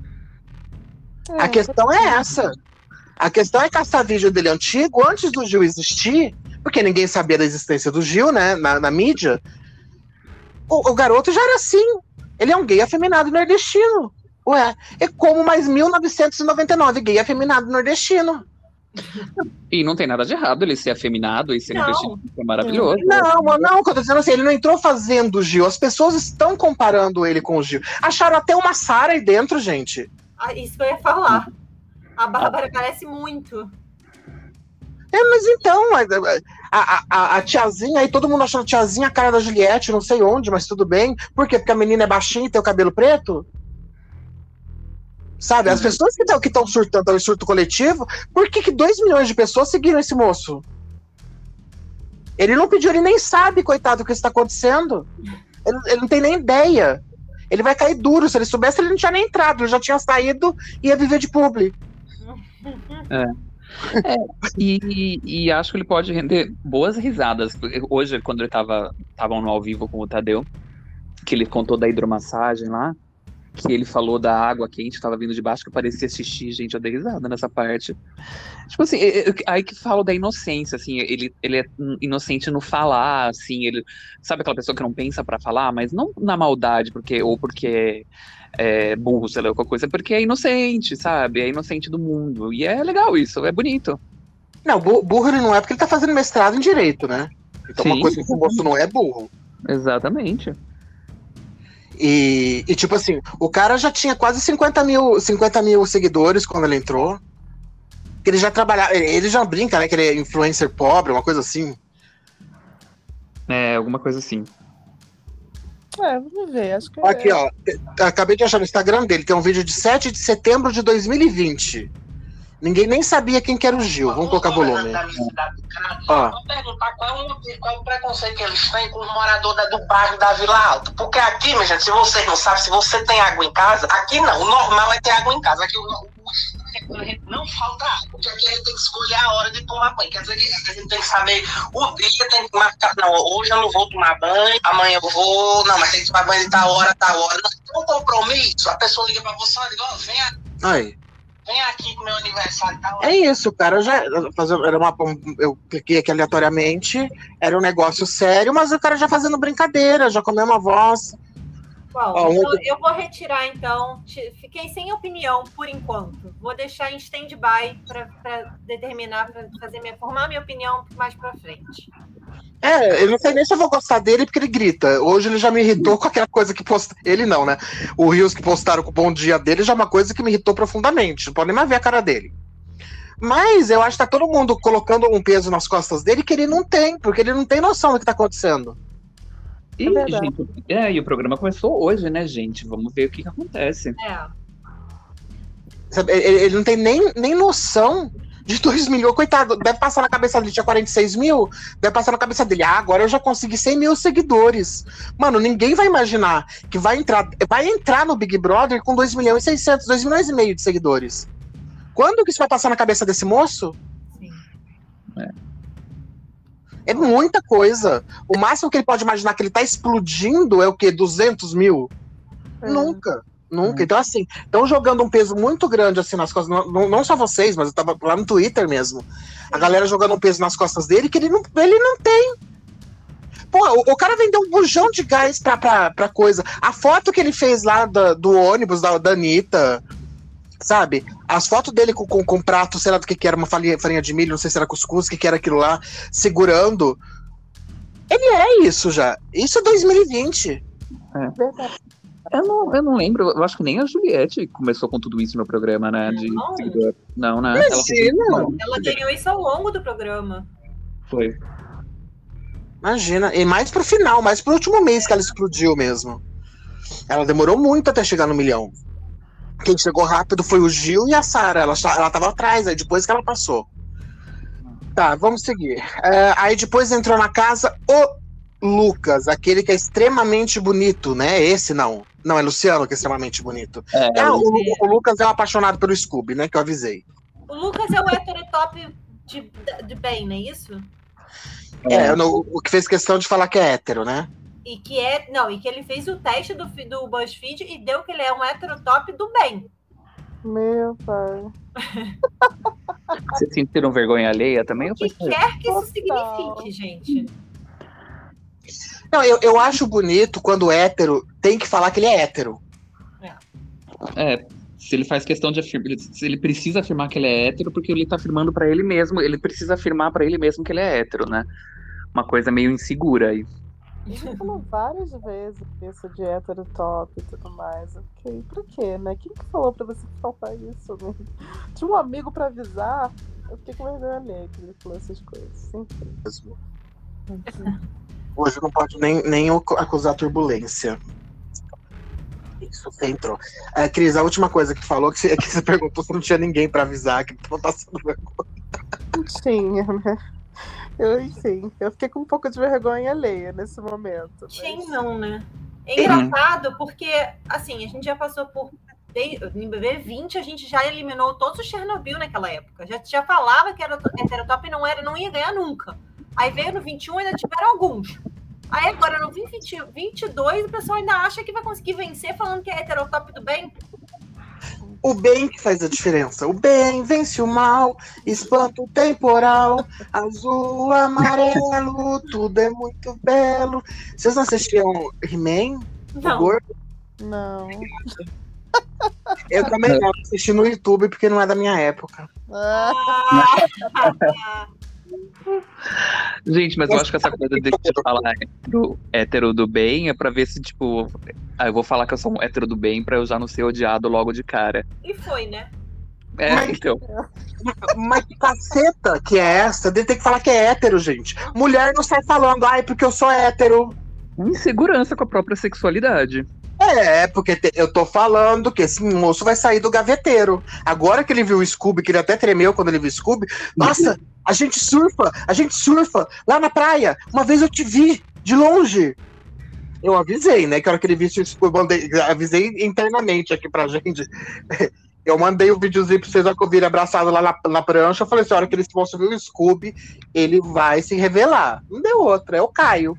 A questão é essa. A questão é caçar vídeo dele antigo, antes do Gil existir, porque ninguém sabia da existência do Gil, né, na mídia. O garoto já era assim. Ele é um gay afeminado nordestino. É como mais 1999, gay afeminado nordestino. E não tem nada de errado ele ser afeminado e ser nordestino, é maravilhoso. Não, o que eu tô dizendo assim, ele não entrou fazendo o Gil, as pessoas estão comparando ele com o Gil. Acharam até uma Sarah aí dentro, gente. Isso que eu ia falar. A Bárbara parece muito. Mas então, a tiazinha, aí todo mundo achando tiazinha a cara da Juliette, não sei onde, mas tudo bem. Por quê? Porque a menina é baixinha e tem o cabelo preto? Sabe, as pessoas que estão surtando, o surto coletivo, por que 2 milhões de pessoas seguiram esse moço? Ele não pediu, ele nem sabe, coitado, o que está acontecendo. Ele não tem nem ideia. Ele vai cair duro. Se ele soubesse, ele não tinha nem entrado. Ele já tinha saído e ia viver de publi. E acho que ele pode render boas risadas. Hoje, quando ele estavam no ao vivo com o Tadeu, que ele contou da hidromassagem lá, que ele falou da água quente que tava vindo de baixo, que parecia xixi, gente, eu dei risada nessa parte. Tipo assim, aí que falo da inocência, assim, ele é inocente no falar, assim, ele sabe aquela pessoa que não pensa pra falar, mas não na maldade, porque é burro, sei lá, qualquer coisa, porque é inocente, sabe? É inocente do mundo. E é legal isso, é bonito. Não, burro ele não é porque ele tá fazendo mestrado em Direito, né? Então Sim. Uma coisa que o moço não é burro. Exatamente. E tipo assim, o cara já tinha quase 50 mil seguidores quando ele entrou. Ele já trabalhava, ele já brinca, né? Que ele é influencer pobre, uma coisa assim. É, alguma coisa assim. Vamos ver, acho que Aqui, ó, acabei de achar no Instagram dele, tem um vídeo de 7 de setembro de 2020. Ninguém nem sabia quem que era o Gil. Vamos colocar volume. Vou perguntar qual é o preconceito que eles têm com os moradores do bairro da Vila Alta. Porque aqui, minha gente, se vocês não sabem, se você tem água em casa, aqui não. O normal é ter água em casa. Aqui não falta água. Porque aqui a gente tem que escolher a hora de tomar banho. Quer dizer que a gente tem que saber o dia, tem que marcar. Não, hoje eu não vou tomar banho, amanhã eu vou. Não, mas tem que tomar banho de tal hora, tal hora. Não, um compromisso. A pessoa liga pra você e diz: ó, vem aqui pro meu aniversário. Tá? É isso, o cara já eu cliquei aqui aleatoriamente, era um negócio sério, mas o cara já fazendo brincadeira, já comeu uma voz. Bom, eu vou retirar então. Fiquei sem opinião por enquanto. Vou deixar em stand-by para determinar, para formar minha opinião mais para frente. Eu não sei nem se eu vou gostar dele porque ele grita. Hoje ele já me irritou com aquela coisa que postaram. Ele não, né? O Rios que postaram com o bom dia dele já é uma coisa que me irritou profundamente. Não pode nem mais ver a cara dele. Mas eu acho que tá todo mundo colocando um peso nas costas dele que ele não tem, porque ele não tem noção do que tá acontecendo. E, gente, e o programa começou hoje, né, gente? Vamos ver o que acontece. Sabe, ele não tem nem noção de 2 milhões. Coitado, deve passar na cabeça dele, tinha 46 mil, deve passar na cabeça dele, agora eu já consegui 100 mil seguidores. Mano, ninguém vai imaginar que vai entrar no Big Brother com 2 milhões e 600, 2 milhões e meio de seguidores. Quando que isso vai passar na cabeça desse moço? Sim. É muita coisa. O máximo que ele pode imaginar que ele tá explodindo é o quê? 200 mil? Nunca. Então, assim, estão jogando um peso muito grande assim nas costas, não só vocês, mas eu tava lá no Twitter mesmo. A galera jogando um peso nas costas dele que ele não tem. Pô, o cara vendeu um bujão de gás pra coisa. A foto que ele fez lá do ônibus da Anitta, sabe? As fotos dele com prato, sei lá do que era, uma farinha de milho, não sei se era cuscuz, o que era aquilo lá, segurando. Ele é isso já. Isso é 2020. Verdade. Eu não lembro, eu acho que nem a Juliette começou com tudo isso no programa, né? De seguidor. Não, né? Ela ganhou isso ao longo do programa. Foi. Imagina, e mais pro final, mais pro último mês que ela explodiu mesmo. Ela demorou muito até chegar no 1 milhão. Quem chegou rápido foi o Gil e a Sara. Ela tava atrás, aí depois que ela passou. Tá, vamos seguir. Aí depois entrou na casa o Lucas, aquele que é extremamente bonito, né? Esse não. Não, é Luciano que é extremamente bonito. O Lucas é um apaixonado pelo Scooby, né? Que eu avisei. O Lucas é o heterotop de bem, não é isso? O que fez questão de falar que é hétero, né? E que ele fez o teste do BuzzFeed e deu que ele é um heterotop do bem. Meu pai. Vocês sentiram vergonha alheia também? O que quer que isso signifique, gente? Não, eu acho bonito quando hétero tem que falar que ele é hétero. Se ele faz questão de afirmar, se ele precisa afirmar que ele é hétero, porque ele tá afirmando pra ele mesmo, ele precisa afirmar pra ele mesmo que ele é hétero, né? Uma coisa meio insegura aí. Ele falou várias vezes isso de hétero top e tudo mais. Eu fiquei, pra quê, né? Quem que falou pra você falar isso, né? Tinha um amigo pra avisar. Eu fiquei com vergonha alheia que ele falou essas coisas. Enfim. Hoje não pode nem acusar turbulência. Isso, você entrou. Cris, a última coisa que falou, que você perguntou se não tinha ninguém pra avisar que tava passando vergonha. Não tinha, né? Enfim, eu fiquei com um pouco de vergonha alheia nesse momento. Mas... Tinha não, né? É engraçado porque, assim, a gente já passou por... Em BB20 a gente já eliminou todos os Chernobyl naquela época. Já falava que era heterotop e não ia ganhar nunca. Aí veio no 21 e ainda tiveram alguns. Aí agora no 2022 o pessoal ainda acha que vai conseguir vencer falando que é heterotop do bem. O bem que faz a diferença. O bem vence o mal, espanta o temporal, azul, amarelo, tudo é muito belo. Vocês não assistiam He-Man? Não. Não. Eu também não assisti no YouTube porque não é da minha época. Gente, mas eu acho que essa coisa de falar hétero do bem é pra ver se, tipo, eu vou falar que eu sou um hétero do bem pra eu já não ser odiado logo de cara. E foi, né? Então. Mas que caceta que é essa? Tem que falar que é hétero, gente. Mulher não sai falando, porque eu sou hétero. Insegurança com a própria sexualidade. Porque eu tô falando que esse moço vai sair do gaveteiro. Agora que ele viu o Scooby, que ele até tremeu quando ele viu o Scooby. Nossa, a gente surfa lá na praia. Uma vez eu te vi de longe. Eu avisei, né? Que a hora que ele visse o Scooby, avisei internamente aqui pra gente. Eu mandei o videozinho pra vocês virem abraçado lá na prancha. Eu falei assim, a hora que eles vão subir o Scooby, ele vai se revelar. Não deu outra, é o Caio.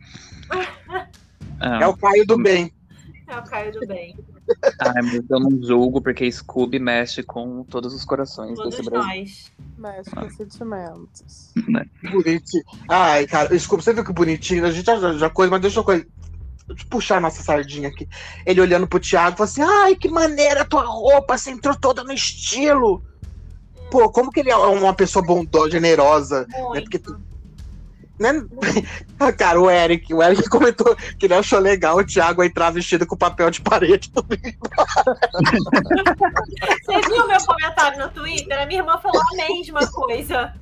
É o Caio do bem. É o Caio do bem. Mas eu não julgo, porque Scooby mexe com todos os corações todos desse Brasil. Nós. Mexe com sentimentos. Bonitinho. Ai, cara, Scooby, você viu que bonitinho? A gente já coisa, mas deixa eu puxar a nossa sardinha aqui. Ele olhando pro Thiago, falou assim, ai, que maneira a tua roupa, você entrou toda no estilo. Pô, como que ele é uma pessoa bondosa, generosa, muito. Né? Porque... Né? Cara, o Eric comentou que ele achou legal o Thiago entrar vestido com papel de parede do Big Brother. Você viu meu comentário no Twitter? A minha irmã falou a mesma coisa.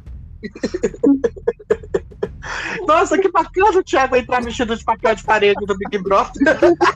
Nossa, que bacana o Thiago entrar vestido de papel de parede do Big Brother.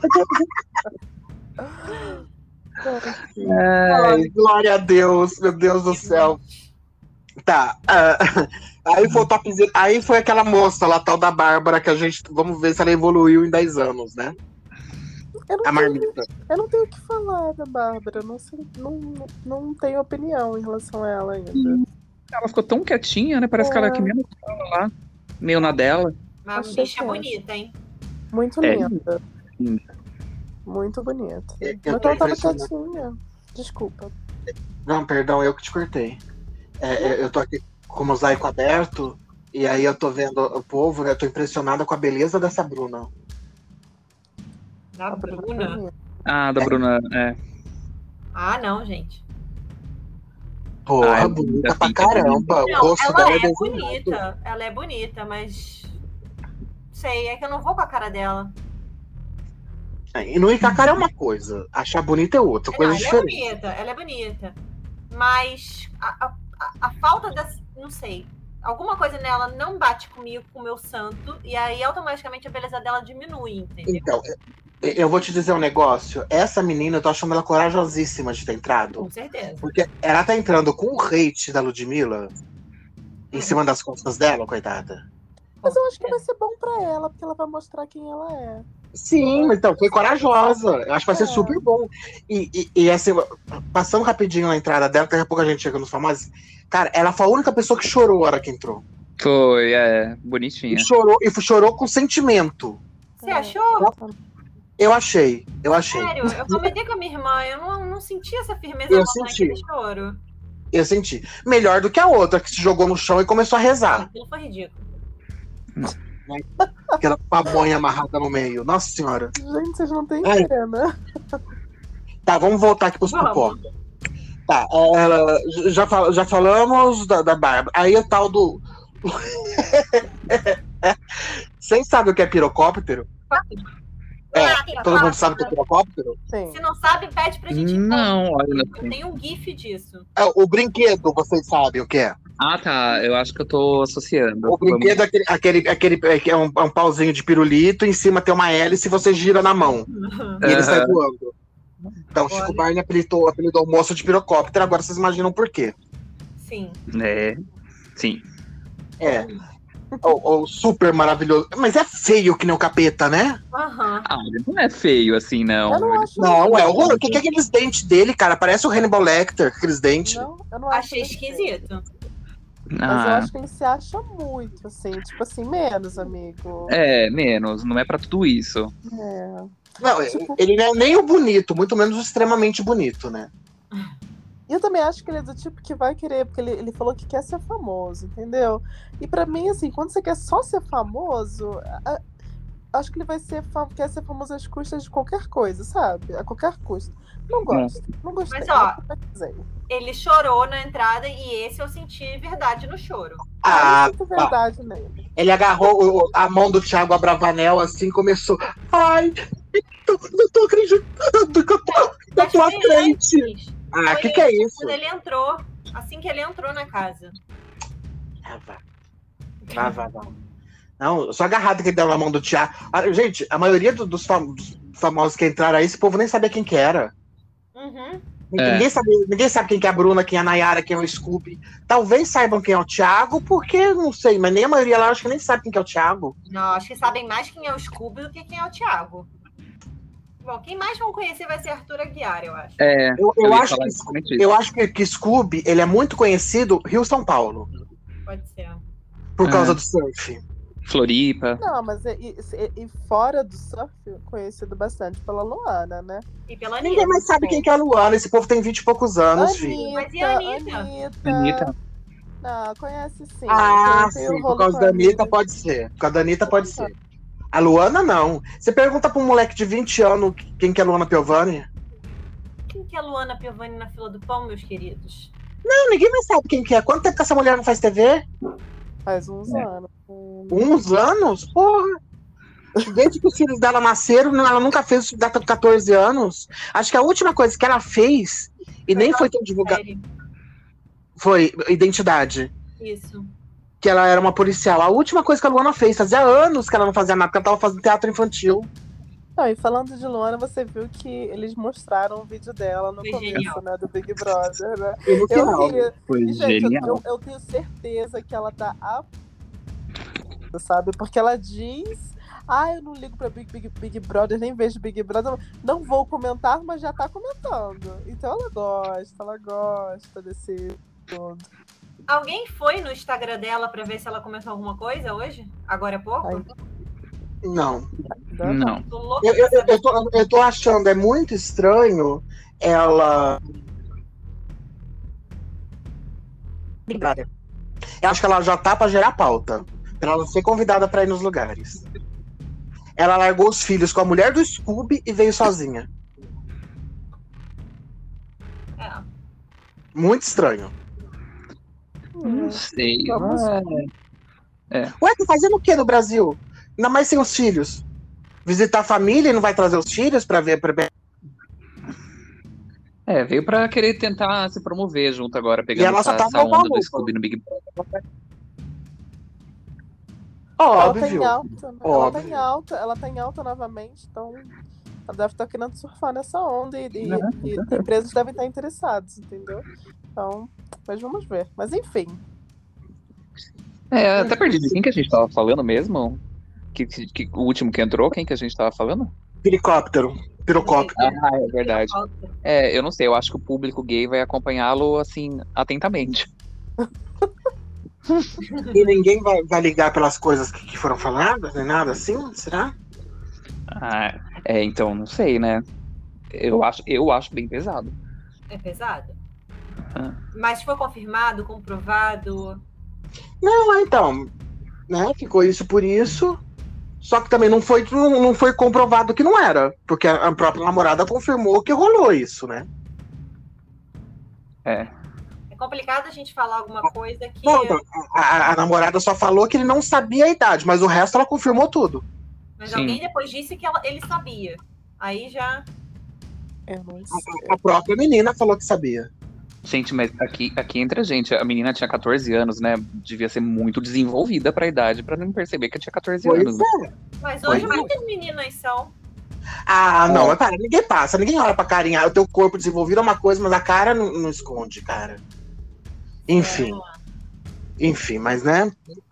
Ai, glória a Deus, meu Deus do céu. Tá. Aí foi o topzinho. Aí foi aquela moça lá, tal da Bárbara, que a gente. Vamos ver se ela evoluiu em 10 anos, né? A marmita. Eu não tenho o que falar da Bárbara. Não tenho opinião em relação a ela ainda. Ela ficou tão quietinha, né? Parece que ela é que mesmo tava lá, meio na dela. Mas a bicha é bonita, hein? Muito linda. Muito bonita. Eu Mas tô ela tava impressionado. quietinha. Desculpa. Não, perdão, eu que te cortei. Eu tô aqui com o mosaico aberto, e aí eu tô vendo o povo, né? Eu tô impressionada com a beleza dessa Bruna. Da Bruna? Da Bruna, Ah, não, gente. Porra, bonita pra caramba. Não, O rosto ela dela é desenhado. bonita. Ela é bonita, mas... Sei, é que eu não vou com a cara dela. E não ir com a cara é uma coisa, achar bonita é outra, coisa Não, diferente. ela é bonita. Mas a falta dessa... Não sei. Alguma coisa nela não bate comigo, com o meu santo, e aí automaticamente a beleza dela diminui, entendeu? Então, eu vou te dizer um negócio. Essa menina, eu tô achando ela corajosíssima de ter entrado. Com certeza. Porque ela tá entrando com o hate da Ludmilla em cima das costas dela, coitada. Mas eu acho que vai ser bom pra ela, porque ela vai mostrar quem ela é. Sim, então, foi corajosa. Eu acho que vai ser super bom. E assim, passando rapidinho na entrada dela, daqui a pouco a gente chega nos famosos. Cara, ela foi a única pessoa que chorou a hora que entrou. Foi, bonitinha. E chorou com sentimento. Você achou? Eu achei. Sério, eu comentei com a minha irmã, eu não senti essa firmeza Eu naquele choro. Eu senti. Melhor do que a outra, que se jogou no chão e começou a rezar. Aquilo foi ridículo. Aquela pamonha amarrada no meio. Nossa senhora. Gente, vocês não têm ideia, né? Tá, vamos voltar aqui pros pipocas. Tá, já falamos da Bárbara. Aí o tal do... Vocês sabem o que é pirocóptero? Todo mundo sabe o que é pirocóptero? Sim. Se não sabe, pede pra gente. Não, olha, não Eu sei. tenho um gif disso. O brinquedo, vocês sabem o que é. Ah, tá. Eu acho que eu tô associando. O brinquedo é é um pauzinho de pirulito, em cima tem uma hélice e você gira na mão. E ele sai voando. Então, Chico Barney apelidou o moço de pirocóptero, agora vocês imaginam por quê. Sim. É. Sim. É. O super maravilhoso. Mas é feio que nem o capeta, né? Aham. Ah, ele não é feio assim, não. Eu não acho. Não, é horror. O que é aqueles dentes dele, cara? Parece o Hannibal Lecter, aqueles dentes. Não, eu não acho. Achei ele feio. esquisito. Mas eu Ah, acho que ele se acha muito, assim. Tipo assim, menos, amigo. menos. Não é pra tudo isso. É. Não, Tipo- ele não é nem o bonito, muito menos o extremamente bonito, né? E eu também acho que ele é do tipo que vai querer, porque ele falou que quer ser famoso, entendeu? E pra mim, assim, quando você quer só ser famoso, acho que ele quer ser famoso às custas de qualquer coisa, sabe? A qualquer custo. Não gosto, não gostei. Mas, ó, não simpatizei. Ele chorou na entrada e esse eu senti verdade no choro. Ah, não sinto verdade nele. ele agarrou a mão do Thiago Abravanel assim, começou. Ai, não tô acreditando que eu Mas tô à foi frente. antes. Ah, Foi que é antes, isso? Quando ele entrou, assim que ele entrou na casa. Vá. Não, eu sou agarrado que ele deu na mão do Thiago. Ah, gente, a maioria dos famosos que entraram aí, esse povo nem sabia quem que era. Uhum. Ninguém sabe quem que é a Bruna, quem é a Nayara, quem é o Scooby. Talvez saibam quem é o Thiago, porque, não sei, mas nem a maioria lá acho que nem sabe quem que é o Thiago. Não, acho que sabem mais quem é o Scooby do que quem é o Thiago. Bom, quem mais vão conhecer vai ser Arthur Aguiar, eu acho. Eu ia acho falar que, exatamente isso. eu acho que Scooby, ele é muito conhecido Rio-São Paulo, Pode ser. por causa do surf. Floripa. Não, mas e fora do surf, conhecido bastante pela Luana, né? E pela Ninguém Anitta. mais sabe quem que é a Luana, esse povo tem 20 e poucos anos, filho. Mas e a Anitta? Anitta. Não, conhece sim. Ah, Tem o sim, rolo por causa com da a Anitta pode ser. Por causa da Anitta pode ser. A Luana, não. Você pergunta pra um moleque de 20 anos quem que é a Luana Piovani? Quem que é a Luana Piovani na fila do pão, meus queridos? Não, ninguém mais sabe quem que é. Quanto tempo que essa mulher não faz TV? Faz uns anos. Uns anos? Porra! Desde que os filhos dela nasceram, ela nunca fez data de 14 anos. Acho que a última coisa que ela fez, e nem foi tão divulgada, Série. foi Identidade. Isso. Que ela era uma policial. A última coisa que a Luana fez, fazia anos que ela não fazia nada, porque ela tava fazendo teatro infantil. Não, e falando de Luana, você viu que eles mostraram o vídeo dela no Foi começo, genial. né? Do Big Brother, né? E no final. Foi E, gente, genial. eu tenho certeza que ela tá sabe? Porque ela diz... eu não ligo pra Big Brother, nem vejo Big Brother. Não vou comentar, mas já tá comentando. Então ela gosta desse todo. Alguém foi no Instagram dela pra ver se ela começou alguma coisa hoje? Agora é pouco? Ai. Não. Não. Tô louca pra saber. Eu tô achando, é muito estranho ela. Eu acho que ela já tá pra gerar pauta. Pra ela ser convidada pra ir nos lugares. Ela largou os filhos com a mulher do Scooby e veio sozinha. É. Muito estranho. Não sei. Vamos- Ué, tá fazendo o que no Brasil? Ainda mais sem os filhos. Visitar a família e não vai trazer os filhos pra ver. Veio pra querer tentar se promover junto agora, E pegando ela só essa tá onda maluca. do Scooby no Big Brother. Ela tá Óbvio. em alta, né? Óbvio. Ela tá em alta novamente, então ela deve estar querendo surfar nessa onda e com empresas devem estar interessadas, entendeu? Então, mas vamos ver. Mas enfim, Até perdi. Quem que a gente tava falando mesmo? O último que entrou, quem que a gente tava falando? Pirocóptero. Ah, é verdade. Eu não sei, eu acho que o público gay vai acompanhá-lo, assim, atentamente. E ninguém vai ligar pelas coisas que foram faladas, nem nada assim? Será? Então, não sei, né? Eu acho bem pesado. É pesado? Ah. Mas foi confirmado, comprovado? Não, então, né? Ficou isso por isso. Só que também não foi comprovado que não era. Porque a própria namorada confirmou que rolou isso, né? É É complicado a gente falar alguma coisa que... Não, a namorada só falou que ele não sabia a idade, mas o resto ela confirmou tudo. Mas Sim. alguém depois disse que ele sabia. Aí já... Eu não sei. A própria menina falou que sabia. Gente, mas aqui entre a gente, a menina tinha 14 anos, né? Devia ser muito desenvolvida pra idade, pra não perceber que tinha 14 anos. Pois Né? é. Mas hoje Pois é. muitas meninas são. Ah, não, mas para, ninguém passa, ninguém olha pra carinha. O teu corpo desenvolvido é uma coisa, mas a cara não esconde, cara. Enfim, mas né?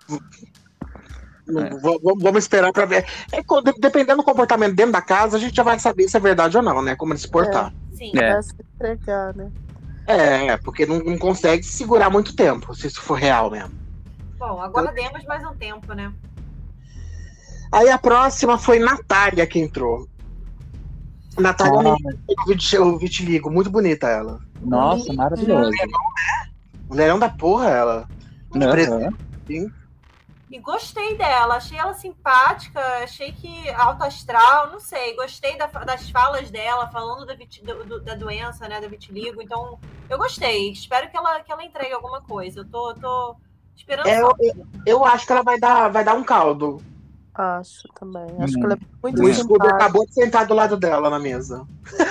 Vamos esperar pra ver. Dependendo do comportamento dentro da casa, a gente já vai saber se é verdade ou não, né? Como ele se portar. Sim. É. Vai se entregar, né? Porque não consegue segurar muito tempo, se isso for real mesmo. Bom, aguardemos mais um tempo, né? Aí a próxima foi Natália que entrou. Natália o vitiligo, muito bonita ela. Nossa, maravilhosa. Mulherão da porra, ela. Uhum. E gostei dela, achei ela simpática, achei que alto astral, não sei, gostei das falas dela, falando da doença, né, da vitiligo, então eu gostei, espero que ela entregue alguma coisa, eu tô esperando. Eu acho que ela vai dar um caldo. Acho também, acho que ela é muito O escudo simpática. acabou de sentar do lado dela na mesa.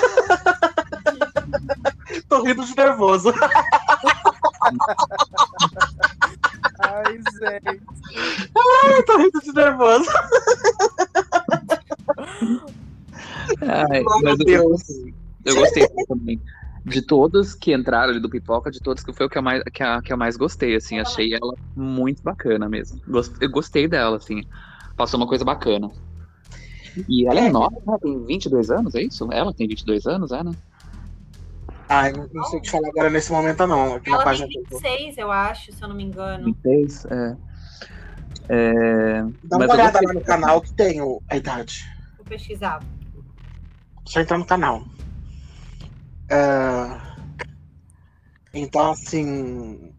Tô rindo de nervoso. Ai, gente. Ai, tô rindo de nervoso. Ai, Meu mas Deus. eu gostei também. De todos que entraram ali do Pipoca, de todos que foi o que eu mais gostei, assim. Achei ela muito bacana mesmo. Eu gostei dela, assim. Passou uma coisa bacana. E ela é nova, né? Tem 22 anos, é isso? Ela tem 22 anos, né? Ai, não sei o que falar agora nesse momento, não. Aqui na Ela página tem 26, eu acho, se eu não me engano. 26, Dá mas uma eu olhada gostei. lá no canal que tem a idade. Vou pesquisar. Só entrar no canal. Então, assim.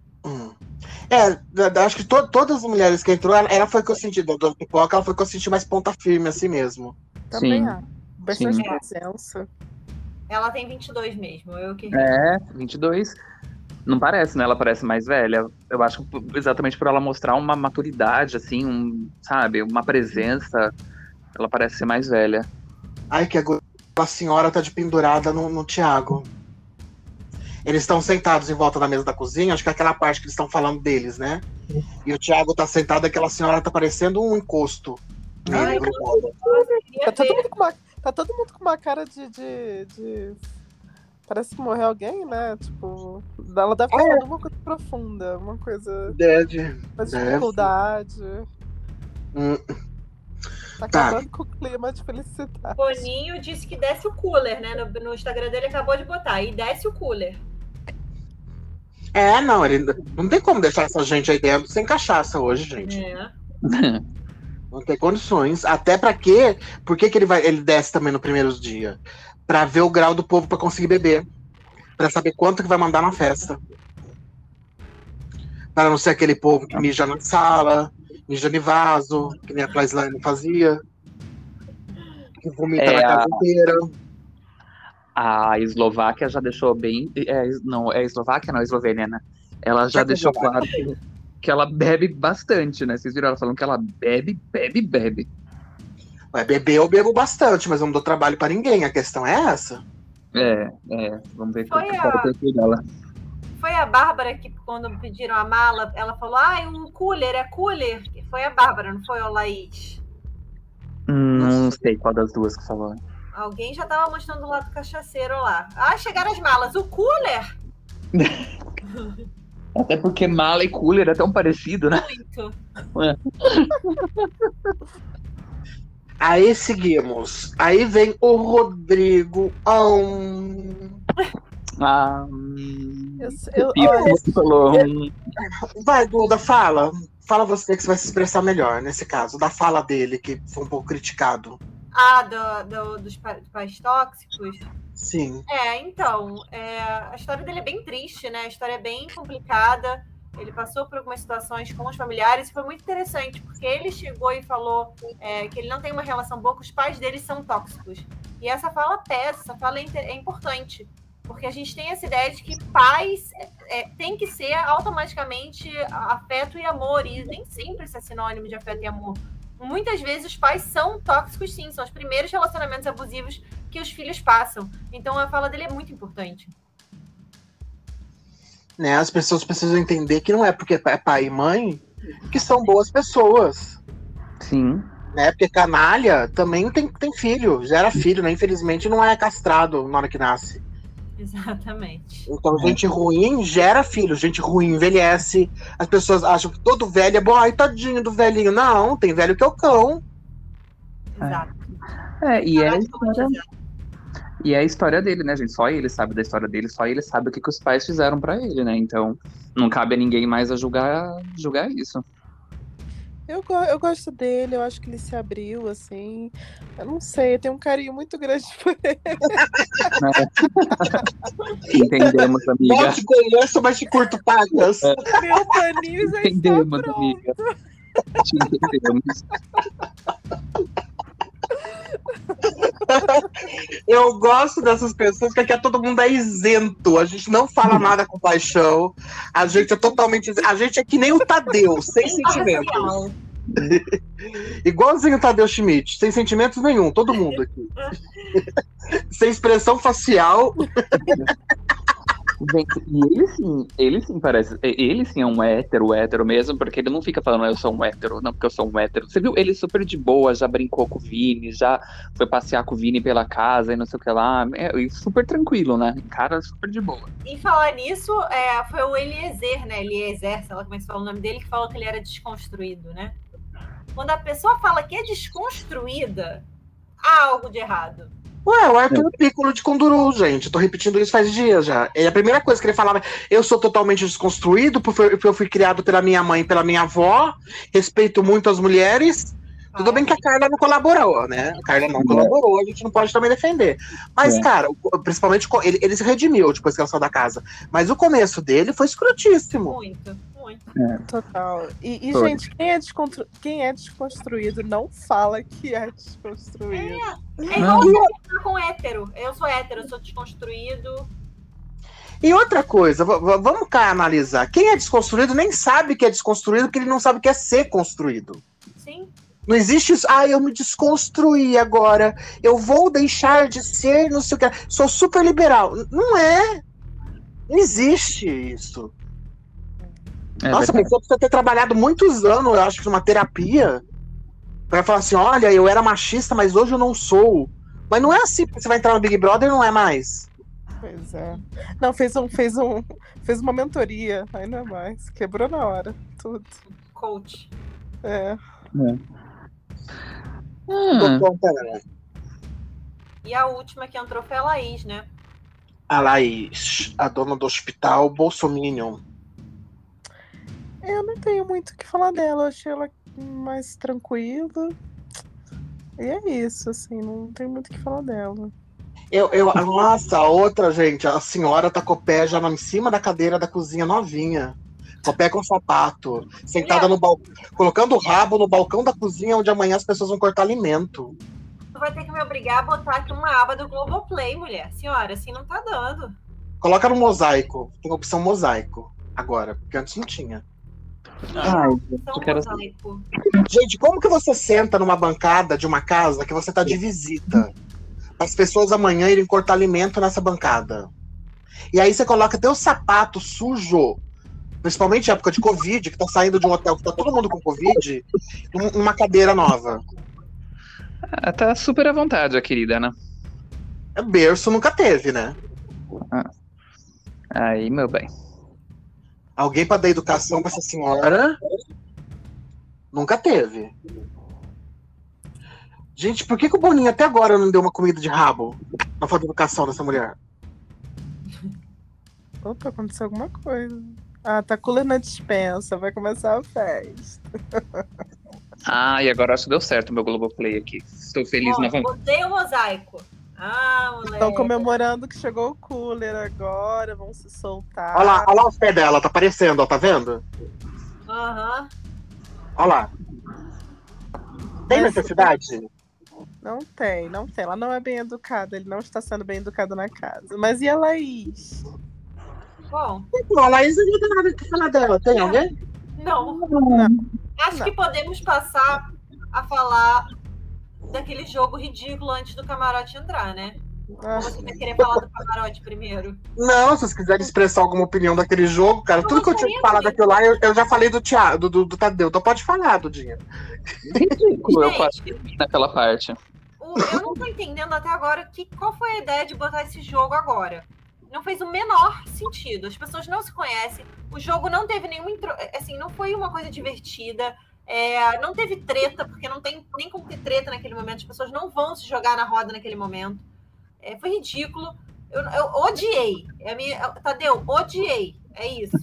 Acho que todas as mulheres que entrou, ela foi que eu senti, do Pipoca, ela foi que eu senti mais ponta firme, assim mesmo. Também Sim. acho. Bastante Sim. presença. Ela tem 22 mesmo, 22. Não parece, né? Ela parece mais velha. Eu acho que exatamente por ela mostrar uma maturidade, assim, sabe? Uma presença. Ela parece ser mais velha. Ai, que a senhora tá de pendurada no Thiago. Eles estão sentados em volta da mesa da cozinha, acho que é aquela parte que eles estão falando deles, né? E o Thiago tá sentado, aquela senhora tá parecendo um encosto. Ai, grudado. Tá todo mundo com uma cara de... Parece que morreu alguém, né? Tipo, ela deve estar falando uma coisa profunda, uma coisa... Deve. Uma dificuldade. Tá acabando com o clima de felicidade. Boninho disse que desce o cooler, né? No Instagram dele acabou de botar. E desce o cooler. Não, ele não tem como deixar essa gente aí dentro sem cachaça hoje, gente. Não tem condições. Até pra quê? Por que ele desce também no primeiros dias? Pra ver o grau do povo pra conseguir beber. Pra saber quanto que vai mandar na festa. Para não ser aquele povo que mija na sala, mija no vaso, que nem a Claislane fazia. Que vomita na casa inteira. A Eslováquia já deixou bem... Não, é Eslováquia? Não, é Eslovênia, né? Ela já deixou claro que ela bebe bastante, né? Vocês viram ela falando que ela bebe. Vai beber, eu bebo bastante, mas eu não dou trabalho pra ninguém. A questão é essa. Vamos ver Foi qual é o perfil dela. Foi a Bárbara que, quando pediram a mala, ela falou, um cooler, é cooler? Foi a Bárbara, não foi o Laís? Não sei qual das duas que falou. Alguém já tava mostrando o lado cachaceiro lá. Chegaram as malas. O cooler? Até porque mala e cooler é tão parecido, né? Muito. Aí seguimos. Aí vem o Rodrigo. Vai, Duda, fala. Fala você que você vai se expressar melhor nesse caso, da fala dele, que foi um pouco criticado. Dos pais tóxicos? Sim. Então, a história dele é bem triste, né? A história é bem complicada. Ele passou por algumas situações com os familiares e foi muito interessante, porque ele chegou e falou que ele não tem uma relação boa, que os pais dele são tóxicos. E essa fala pesa, essa fala é importante. Porque a gente tem essa ideia de que pais tem que ser automaticamente afeto e amor, e nem sempre isso é sinônimo de afeto e amor. Muitas vezes os pais são tóxicos, sim, são os primeiros relacionamentos abusivos que os filhos passam. Então a fala dele é muito importante. Né, as pessoas precisam entender que não é porque é pai e mãe que são boas pessoas. Sim. Né? Porque canalha também tem filho, gera filho, né? Infelizmente não é castrado na hora que nasce. Exatamente. Então, gente ruim gera filho, gente ruim envelhece. As pessoas acham que todo velho é bom. Ai, tadinho do velhinho. Não, tem velho que é o cão. Exato. E é a história dele, né, gente? Só ele sabe da história dele, só ele sabe o que os pais fizeram pra ele, né? Então, não cabe a ninguém mais a julgar isso. Eu gosto dele, eu acho que ele se abriu, assim. Eu não sei, eu tenho um carinho muito grande por ele. Entendemos, amiga. Não te conheço, mas te curto pagas. Meu paninho já Entendemos, está pronto. amiga. Te entendemos. Eu gosto dessas pessoas que aqui todo mundo é isento. A gente não fala nada com paixão. A gente é totalmente. A gente é que nem o Tadeu, sem sentimentos. Igualzinho o Tadeu Schmidt, sem sentimentos nenhum, todo mundo aqui. Sem expressão facial. Gente, e ele sim parece. Ele sim é um hétero mesmo, porque ele não fica falando eu sou um hétero, não, porque eu sou um hétero. Você viu? Ele super de boa, já brincou com o Vini, já foi passear com o Vini pela casa e não sei o que lá. Super tranquilo, né? Cara, super de boa. E falar nisso, foi o Eliezer, né? Eliezer, sei lá como é que fala o nome dele, que falou que ele era desconstruído, né? Quando a pessoa fala que é desconstruída, há algo de errado. Ué, o Arthur Piccolo de Conduru, gente. Tô repetindo isso faz dias já. E a primeira coisa que ele falava, eu sou totalmente desconstruído, porque eu fui criado pela minha mãe e pela minha avó, respeito muito as mulheres. Tudo bem que a Carla não colaborou, né? A Carla não colaborou, a gente não pode também defender. Mas, cara, principalmente ele se redimiu depois que ela saiu da casa. Mas o começo dele foi escrotíssimo. Muito. Total. E gente, quem é desconstruído não fala que é desconstruído. É igual você com hétero. Eu sou hétero, eu sou desconstruído. E outra coisa, vamos cá analisar. Quem é desconstruído nem sabe que é desconstruído, porque ele não sabe o que é ser construído. Sim. Não existe isso. Eu me desconstruí agora. Eu vou deixar de ser, não sei o que. Sou super liberal. Não é. Não existe isso. Nossa, a pessoa precisa ter trabalhado muitos anos, eu acho, numa terapia, pra falar assim, olha, eu era machista, mas hoje eu não sou. Mas não é assim, porque você vai entrar no Big Brother e não é mais. Pois é. Não, fez uma mentoria, aí não é mais. Quebrou na hora, tudo. Coach. E a última que entrou foi a Laís, né? A Laís, a dona do hospital Bolsominion. Eu não tenho muito o que falar dela, eu achei ela mais tranquila. E é isso, assim, não tem muito o que falar dela. Nossa, a outra, gente, a senhora tá com o pé já em cima da cadeira da cozinha novinha. Com o pé com sapato, sentada no balcão, colocando o rabo no balcão da cozinha, onde amanhã as pessoas vão cortar alimento. Tu vai ter que me obrigar a botar aqui uma aba do Globoplay, mulher. Senhora, assim não tá dando. Coloca no mosaico, tem a opção mosaico agora, porque antes não tinha. Gente, como que você senta numa bancada de uma casa que você tá de visita? As pessoas amanhã irem cortar alimento nessa bancada. E aí você coloca teu sapato sujo, principalmente em época de Covid, que tá saindo de um hotel que tá todo mundo com Covid, numa cadeira nova. Tá super à vontade, a querida, né? Berço nunca teve, né? Aí, meu bem. Alguém para dar educação para essa senhora nunca teve. Gente, por que o Boninho até agora não deu uma comida de rabo na falta de educação dessa mulher? Opa, aconteceu alguma coisa. Tá cooler na dispensa, vai começar a festa. E agora acho que deu certo o meu Globoplay aqui. Estou feliz novamente. Botei o mosaico. Moleque. Estão comemorando que chegou o cooler agora, vão se soltar. Olha lá os pés dela, tá aparecendo, ó, tá vendo? Aham. Olha lá. Tem necessidade? Não tem. Ela não é bem educada, ele não está sendo bem educado na casa. Mas e a Laís? Bom, Então, a Laís não tem nada que falar dela. Tem alguém? não. Não. Acho que podemos passar a falar daquele jogo ridículo antes do camarote entrar, né? Ah, Ou você vai querer falar do camarote primeiro? Não, se vocês quiserem expressar alguma opinião daquele jogo, cara, Eu tudo que eu tinha que falar daquilo lá, eu já falei do Thiago, do Tadeu. Então pode falar, Dudinha. Ridículo, eu Gente. quase naquela parte. Eu não tô entendendo até agora qual foi a ideia de botar esse jogo agora. Não fez o menor sentido. As pessoas não se conhecem. O jogo não teve nenhuma assim, não foi uma coisa divertida. Não teve treta, porque não tem nem como ter treta naquele momento. As pessoas não vão se jogar na roda naquele momento. Foi ridículo. Eu odiei. Tadeu, odiei. É isso.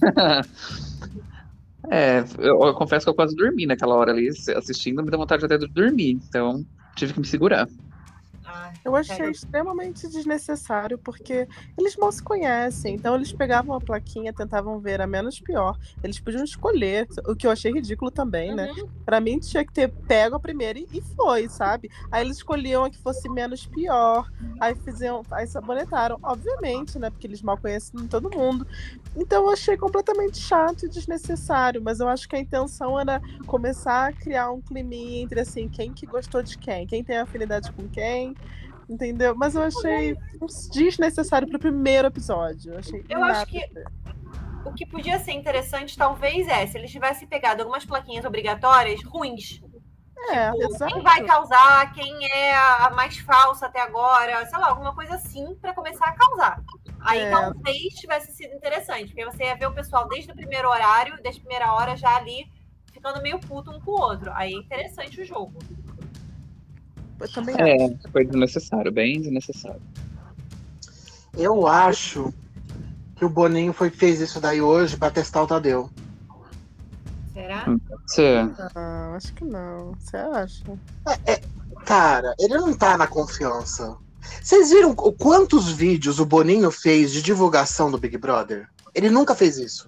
Eu confesso que eu quase dormi naquela hora ali, assistindo, me deu vontade até de dormir. Então, tive que me segurar. Eu achei extremamente desnecessário, porque eles mal se conhecem. Então eles pegavam a plaquinha, tentavam ver a menos pior. Eles podiam escolher, o que eu achei ridículo também, né? Pra mim tinha que ter pego a primeira e foi, sabe? Aí eles escolhiam a que fosse menos pior. Aí sabonetaram, obviamente, né? Porque eles mal conhecem todo mundo. Então eu achei completamente chato e desnecessário. Mas eu acho que a intenção era começar a criar um climinha entre, assim, quem que gostou de quem tem afinidade com quem. Entendeu? Mas eu achei desnecessário pro primeiro episódio. Eu acho que o que podia ser interessante, talvez, se eles tivessem pegado algumas plaquinhas obrigatórias ruins. Exato. Quem vai causar, quem é a mais falsa até agora, sei lá, alguma coisa assim pra começar a causar. Aí talvez tivesse sido interessante, porque você ia ver o pessoal desde o primeiro horário, desde a primeira hora, já ali ficando meio puto um com o outro. Aí é interessante o jogo. Eu também acho. Foi desnecessário, bem desnecessário. Eu acho que o Boninho fez isso daí hoje pra testar o Tadeu. Será? Não, acho que não. Você acha? Cara, ele não tá na confiança. Vocês viram quantos vídeos o Boninho fez de divulgação do Big Brother? Ele nunca fez isso.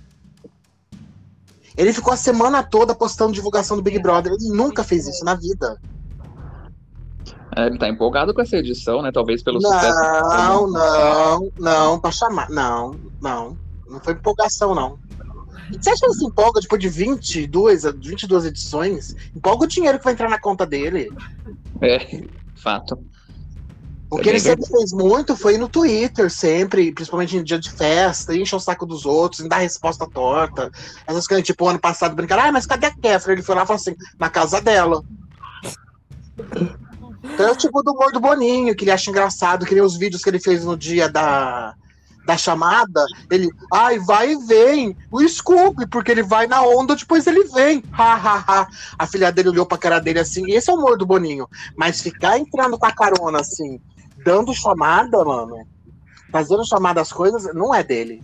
Ele ficou a semana toda postando divulgação do Big Brother. Ele nunca fez isso na vida. Ele tá empolgado com essa edição, né? Talvez pelo sucesso. Não, pra chamar. Não foi empolgação, não. Você acha que ele se empolga depois de 22 edições? Empolga o dinheiro que vai entrar na conta dele. Fato. O que ele sempre fez muito foi ir no Twitter, sempre, principalmente em dia de festa, encher o saco dos outros, dar resposta torta. Essas coisas, tipo, ano passado, brincaram, mas cadê a Kéfera? Ele foi lá e falou assim, na casa dela. Então é o tipo do humor do Boninho, que ele acha engraçado, que nem os vídeos que ele fez no dia da chamada, ele, vai e vem, o Scooby, porque ele vai na onda, depois ele vem, A filha dele olhou pra cara dele assim, e esse é o humor do Boninho, mas ficar entrando com a carona assim, dando chamada, mano, fazendo chamada as coisas, não é dele.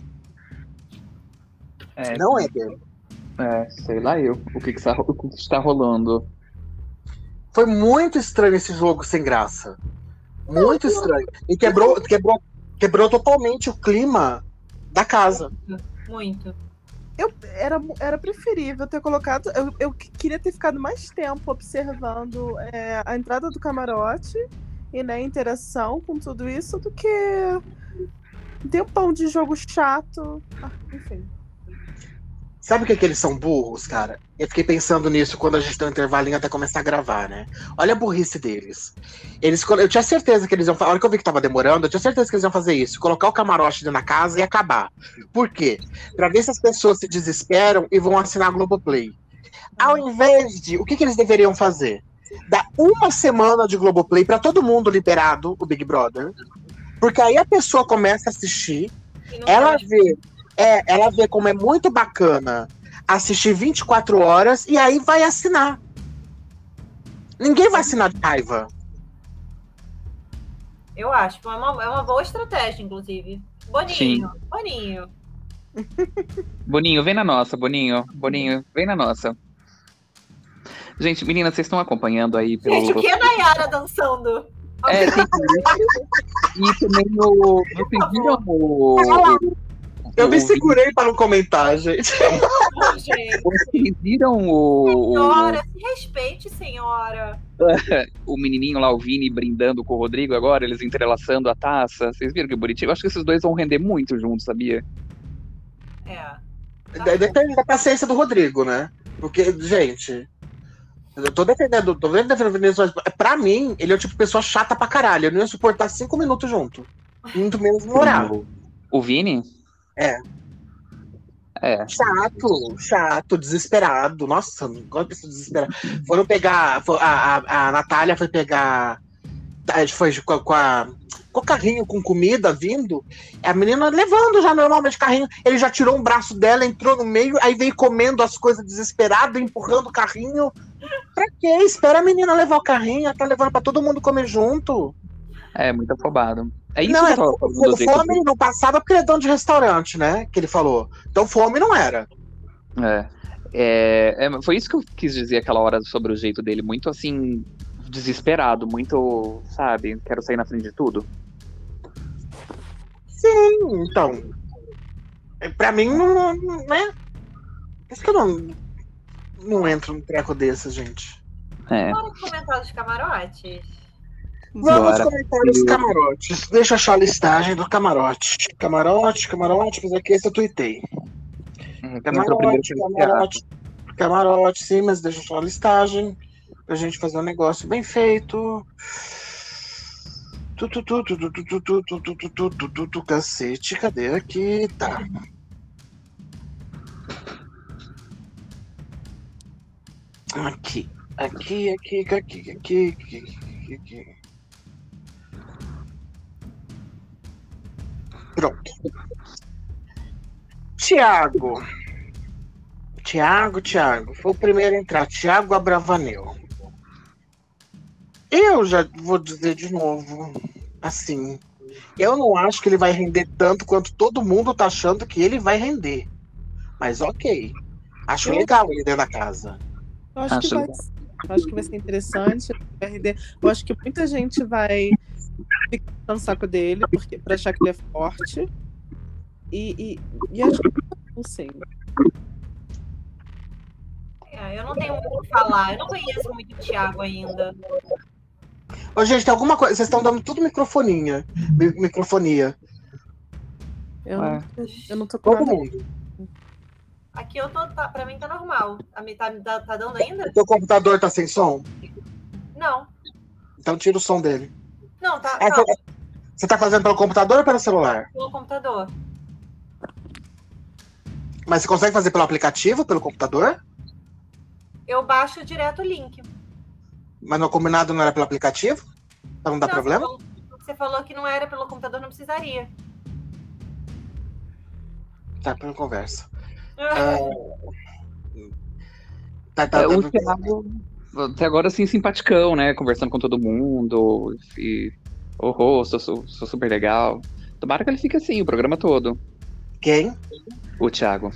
Não é dele. Sei lá o que está rolando. Foi muito estranho esse jogo sem graça. Muito estranho. E quebrou totalmente o clima da casa. Muito. Era preferível ter colocado. Eu queria ter ficado mais tempo observando a entrada do camarote e a interação com tudo isso do que tempão de jogo chato. Enfim. Sabe o que eles são burros, cara? Eu fiquei pensando nisso quando a gente deu um intervalinho até começar a gravar, né? Olha a burrice deles. Eu tinha certeza que eles iam fazer. A hora que eu vi que tava demorando, eu tinha certeza que eles iam fazer isso. Colocar o camarote dentro da casa e acabar. Por quê? Pra ver se as pessoas se desesperam e vão assinar a Globoplay. Ao invés de... O que eles deveriam fazer? Dar uma semana de Globoplay pra todo mundo liberado, o Big Brother. Porque aí a pessoa começa a assistir, ela vê como é muito bacana assistir 24 horas e aí vai assinar. Ninguém vai assinar de raiva. Eu acho que é uma boa estratégia, inclusive. Boninho. Boninho, vem na nossa, Boninho. Boninho, vem na nossa. Gente, meninas, vocês estão acompanhando aí pelo... Gente, o que é Nayara dançando? Tem e também vocês viram o... Eu me segurei para não comentar, gente. Vocês viram Senhora, se respeita. Gente, senhora. O menininho lá, o Vini, brindando com o Rodrigo agora, eles entrelaçando a taça. Vocês viram que bonitinho? Eu acho que esses dois vão render muito juntos, sabia? Depende da paciência do Rodrigo, né? Porque, gente, eu tô defendendo o Vinícius, mas pra mim, ele é o tipo de pessoa chata pra caralho. Eu não ia suportar 5 minutos junto. Muito menos morar. O Vini? É. Chato, desesperado. Nossa, não gosto de pessoa desesperada. Foram pegar. A Natália foi pegar. Foi com o carrinho com comida vindo. A menina levando já normalmente carrinho. Ele já tirou um braço dela, entrou no meio, aí veio comendo as coisas desesperado, empurrando o carrinho. Pra quê? Espera a menina levar o carrinho, ela tá levando pra todo mundo comer junto. É, muito afobado. É isso Não, que eu tava falando do jeito fome ele não passava porque ele é dono de restaurante, né? Que ele falou. Então fome não era. Foi isso que eu quis dizer aquela hora sobre o jeito dele. Muito assim, desesperado. Muito, sabe? Quero sair na frente de tudo. Sim, então. Pra mim, não né? Por isso que eu não entro num treco desses, gente. Vamos comentar dos camarotes? Vamos comentar os camarotes. Deixa eu achar a listagem do camarote. Camarote, mas aqui esse eu tuitei. Camarote, sim, mas deixa eu achar a listagem pra gente fazer um negócio bem feito. Cacete, cadê aqui? Tá. Aqui. Pronto. Tiago. Foi o primeiro a entrar. Tiago Abravanel. Eu já vou dizer de novo. Assim. Eu não acho que ele vai render tanto quanto todo mundo tá achando que ele vai render. Mas ok. Acho legal ele dentro da casa. Eu acho que vai ser interessante. Vai render. Eu acho que muita gente vai ficar no saco dele pra achar que ele é forte. E acho que não sei. Eu não tenho muito o que falar. Eu não conheço muito o Thiago ainda. Ô, gente, tem alguma coisa. Vocês estão dando tudo microfonia. Eu não tô com Todo nada. mundo. Aqui eu tô. Pra mim tá normal. Tá dando ainda? O teu computador tá sem som? Não. Então tira o som dele. Não, tá. Você tá fazendo pelo computador ou pelo celular? Pelo computador. Mas você consegue fazer pelo aplicativo, pelo computador? Eu baixo direto o link. Mas no combinado não era pelo aplicativo? Pra não dar problema? Você falou que não era pelo computador, não precisaria. Tá, pela conversa. O Thiago, até agora, assim, simpaticão, né? Conversando com todo mundo. Sou super legal. Tomara que ele fique assim o programa todo. Quem? O Thiago.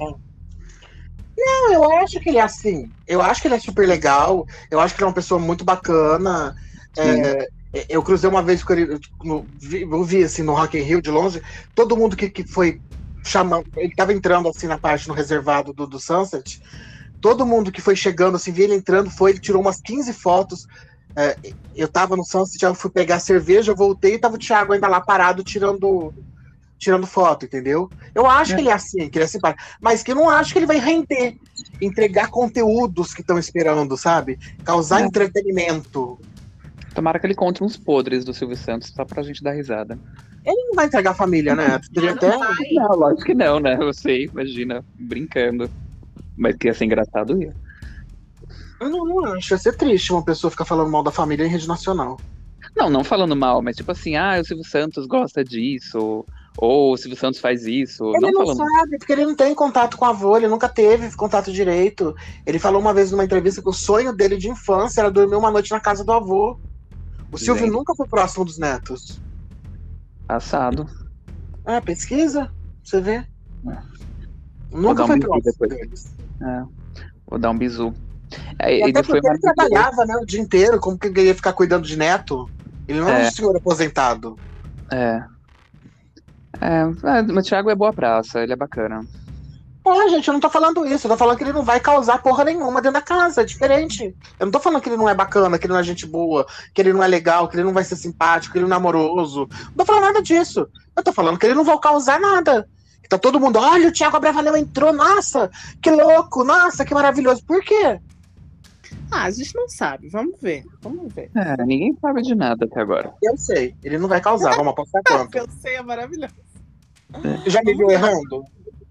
Não, eu acho que ele é assim. Eu acho que ele é super legal. Eu acho que ele é uma pessoa muito bacana. Eu cruzei uma vez com ele, eu vi assim no Rock in Rio de longe. Todo mundo que foi chamando, ele tava entrando assim na parte no reservado do Sunset. Todo mundo que foi chegando, assim, vi ele entrando, ele tirou umas 15 fotos. Eu tava no Sunset, eu fui pegar cerveja, eu voltei e tava o Thiago ainda lá parado tirando foto, entendeu? Eu acho que ele é assim, que ele é simpático, mas que eu não acho que ele vai render, entregar conteúdos que estão esperando, sabe? Causar entretenimento. Tomara que ele conte uns podres do Silvio Santos só pra gente dar risada. Ele não vai entregar a família, né? Não, lógico que não, né? Eu sei, imagina, brincando. Mas que ia ser engraçado, ia. Eu não acho, ia ser triste uma pessoa ficar falando mal da família em rede nacional. Não falando mal, mas tipo assim, o Silvio Santos gosta disso, ou o Silvio Santos faz isso. Ele não sabe, porque ele não tem contato com o avô, ele nunca teve contato direito. Ele falou uma vez numa entrevista que o sonho dele de infância era dormir uma noite na casa do avô. O Silvio nunca foi próximo dos netos. Passado. Pesquisa, você vê. Nunca foi próximo deles. Vou dar um bisu. Até porque ele trabalhava, né, o dia inteiro, como que ele ia ficar cuidando de neto? Ele não é um senhor aposentado. Mas o Thiago é boa praça, ele é bacana. Gente, eu não tô falando isso. Eu tô falando que ele não vai causar porra nenhuma dentro da casa. É diferente. Eu não tô falando que ele não é bacana, que ele não é gente boa, que ele não é legal, que ele não vai ser simpático, que ele não é amoroso. Não tô falando nada disso. Eu tô falando que ele não vai causar nada. Tá todo mundo, olha, o Thiago Abravanel entrou, nossa, que louco, nossa, que maravilhoso. Por quê? A gente não sabe. Vamos ver. Ninguém sabe de nada até agora. Eu sei, ele não vai causar. Vamos apostar quanto? Eu sei, é maravilhoso. Já me viu errando?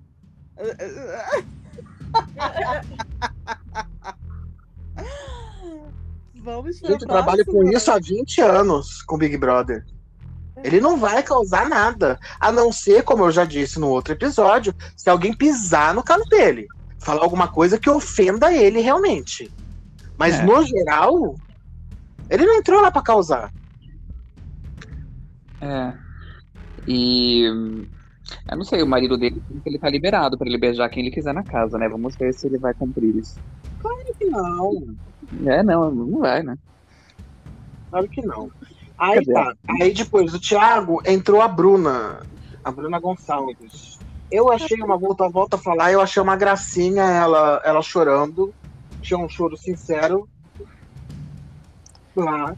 Vamos pra Gente, eu trabalho com próxima. isso há 20 anos, com Big Brother. Ele não vai causar nada. A não ser, como eu já disse no outro episódio, se alguém pisar no calo dele. Falar alguma coisa que ofenda ele realmente. Mas, no geral, ele não entrou lá pra causar. E eu não sei, o marido dele, ele tá liberado pra ele beijar quem ele quiser na casa, né? Vamos ver se ele vai cumprir isso. Claro que não. Não vai, né? Claro que não. Aí tá. Aí depois do Thiago entrou a Bruna Gonçalves. Eu achei volta a falar, eu achei uma gracinha ela chorando. Tinha um choro sincero lá.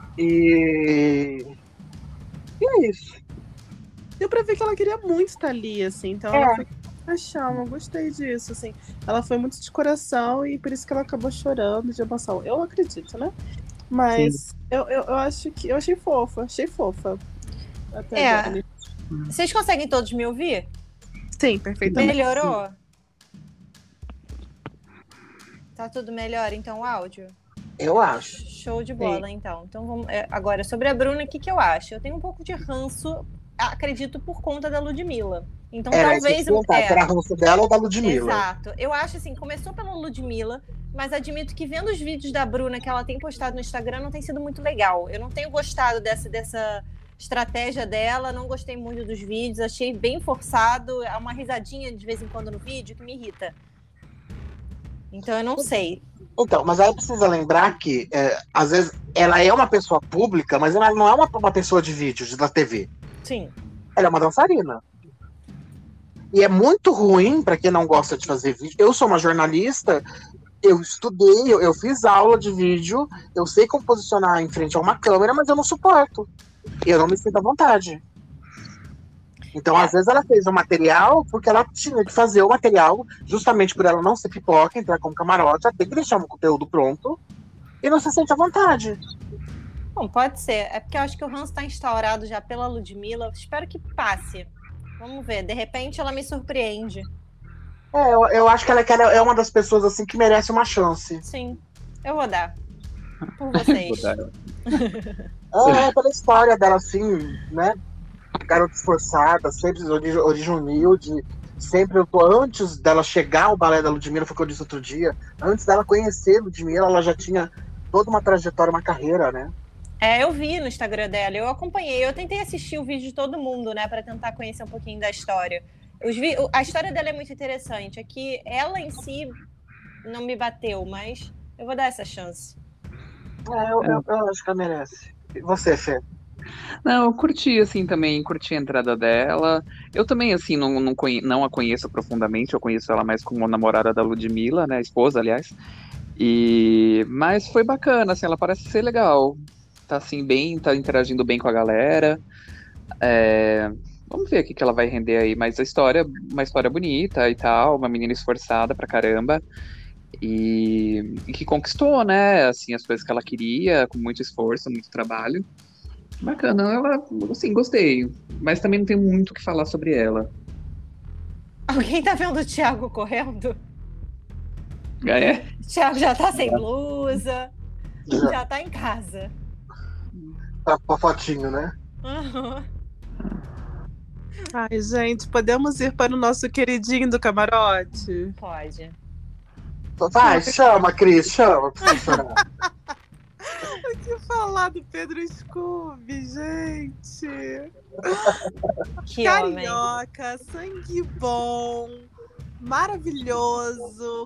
E é isso. Deu pra ver que ela queria muito estar ali, assim. Então ela foi achar, eu gostei disso, assim. Ela foi muito de coração e por isso que ela acabou chorando de emoção. Eu acredito, né? Mas eu acho que. Eu achei fofa. Até agora. Vocês conseguem todos me ouvir? Sim, perfeitamente. Melhorou? Tá tudo melhor, então, o áudio? Eu acho. Show de bola, então. Então, vamos, agora, sobre a Bruna, o que eu acho? Eu tenho um pouco de ranço, acredito, por conta da Ludmilla. Então, talvez... Será ranço dela ou da Ludmilla? Exato. Eu acho, assim, começou pela Ludmilla, mas admito que vendo os vídeos da Bruna que ela tem postado no Instagram não tem sido muito legal. Eu não tenho gostado dessa estratégia dela, não gostei muito dos vídeos, achei bem forçado, há uma risadinha de vez em quando no vídeo que me irrita. Então eu não sei. Então, mas aí precisa lembrar que às vezes ela é uma pessoa pública, mas ela não é uma pessoa de vídeos da TV. Sim. Ela é uma dançarina. E é muito ruim para quem não gosta de fazer vídeo. Eu sou uma jornalista, eu estudei, eu fiz aula de vídeo, eu sei como posicionar em frente a uma câmera, mas eu não suporto. Eu não me sinto à vontade. Então, às vezes, ela fez o material porque ela tinha que fazer o material, justamente por ela não ser pipoca, entrar como camarote, ela tem que deixar um conteúdo pronto e não se sente à vontade. Bom, pode ser. É porque eu acho que o ranço está instaurado já pela Ludmilla. Espero que passe. Vamos ver. De repente, ela me surpreende. Eu acho que ela é uma das pessoas assim que merece uma chance. Sim, eu vou dar. Por vocês. Pela história dela, assim, né? Garota esforçada, sempre origem humilde, sempre antes dela chegar ao balé da Ludmilla, foi o que eu disse outro dia, antes dela conhecer Ludmilla, ela já tinha toda uma trajetória, uma carreira, né? Eu vi no Instagram dela, eu acompanhei, eu tentei assistir o vídeo de todo mundo, né, para tentar conhecer um pouquinho da história. A história dela é muito interessante, é que ela em si não me bateu, mas eu vou dar essa chance. Eu acho que ela merece. E você, Fê? Não, eu curti, assim, também, curti a entrada dela. Eu também, assim, não a conheço profundamente, eu conheço ela mais como namorada da Ludmilla, né, esposa, aliás. Mas foi bacana, assim, ela parece ser legal. Tá, assim, tá interagindo bem com a galera. Vamos ver o que ela vai render aí, mas uma história bonita e tal, uma menina esforçada pra caramba. E que conquistou, né, assim, as coisas que ela queria, com muito esforço, muito trabalho. Bacana, ela, assim, gostei. Mas também não tem muito o que falar sobre ela. Alguém tá vendo o Thiago correndo? É? O Thiago já tá sem blusa, já tá em casa. Tá com a fotinho, né? Uhum. Ai, gente, podemos ir para o nosso queridinho do camarote? Pode. Vai, chama, Cris, chama pra você chorar. O que falar do Pedro Scooby, gente? Que Carioca, sangue bom, maravilhoso,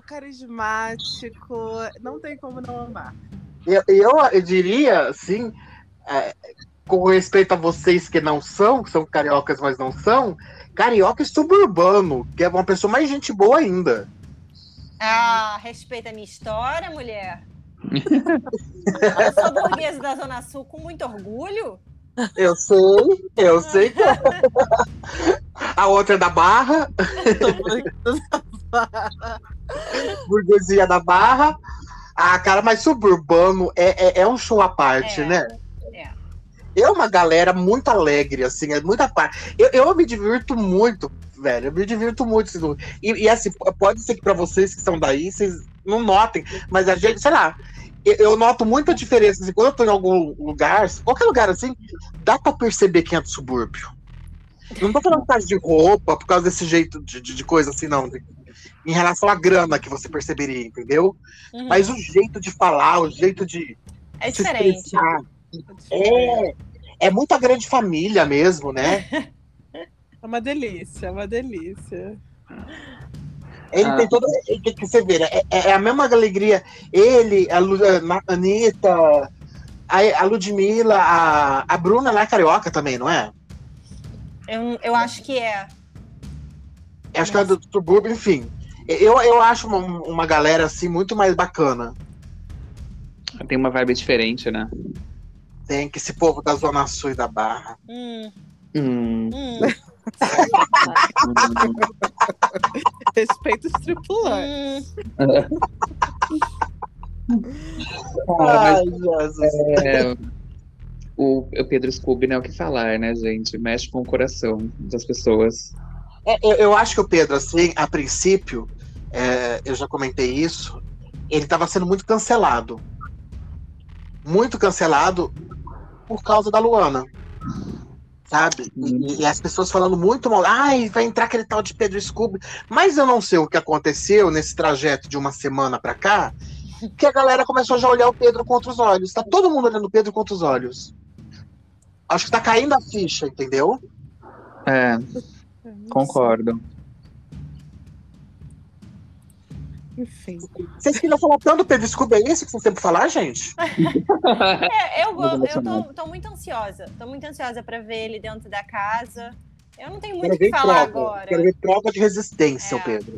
carismático, não tem como não amar. Eu diria, assim, com respeito a vocês que não são, que são cariocas, mas não são, carioca e suburbano, que é uma pessoa mais gente boa ainda. Ah, respeita a minha história, mulher. Eu sou burguesa da Zona Sul com muito orgulho. Eu sei que a outra é da Barra, burguesia da Barra. Ah, cara, mas suburbano é um show à parte, né? É uma galera muito alegre, assim, é muita parte. Eu me divirto muito, velho. Eu me divirto muito. E assim, pode ser que pra vocês que são daí, vocês não notem, mas a gente, sei lá, eu noto muita diferença. Assim, quando eu tô em algum lugar, qualquer lugar assim, dá pra perceber quem é do subúrbio. Não tô falando por causa de roupa, por causa desse jeito de coisa assim, não. Em relação à grana que você perceberia, entendeu? Uhum. Mas o jeito de falar, o jeito de É se diferente. expressar, é muita grande família mesmo, né? É uma delícia, é uma delícia. Ele tem toda. Que você vê, né? É a mesma alegria. Ele, a Anitta, a Ludmilla, a Bruna lá é carioca também, não é? Eu acho que é. Acho que é do subúrbio, enfim. Eu acho uma galera assim muito mais bacana. Tem uma vibe diferente, né? Tem que esse povo da Zona Sul e da Barra. Respeito os tripulantes. Ai, Jesus. O Pedro Scooby não é o que falar, né, gente? Mexe com o coração das pessoas. Eu acho que o Pedro, assim, a princípio, eu já comentei isso, ele estava sendo muito cancelado. Muito cancelado por causa da Luana. Sabe? E as pessoas falando muito mal. Ai, vai entrar aquele tal de Pedro Scooby. Mas eu não sei o que aconteceu nesse trajeto de uma semana pra cá, que a galera começou já a olhar o Pedro com outros olhos. Tá todo mundo olhando o Pedro com outros olhos. Acho que tá caindo a ficha, entendeu? Concordo. Enfim. Vocês queriam falar tanto do Pedro Scooby, é isso que vocês sempre falar, gente? Eu tô muito ansiosa. Tô muito ansiosa pra ver ele dentro da casa. Eu não tenho muito o que falar agora. Quero ver prova de resistência, o Pedro.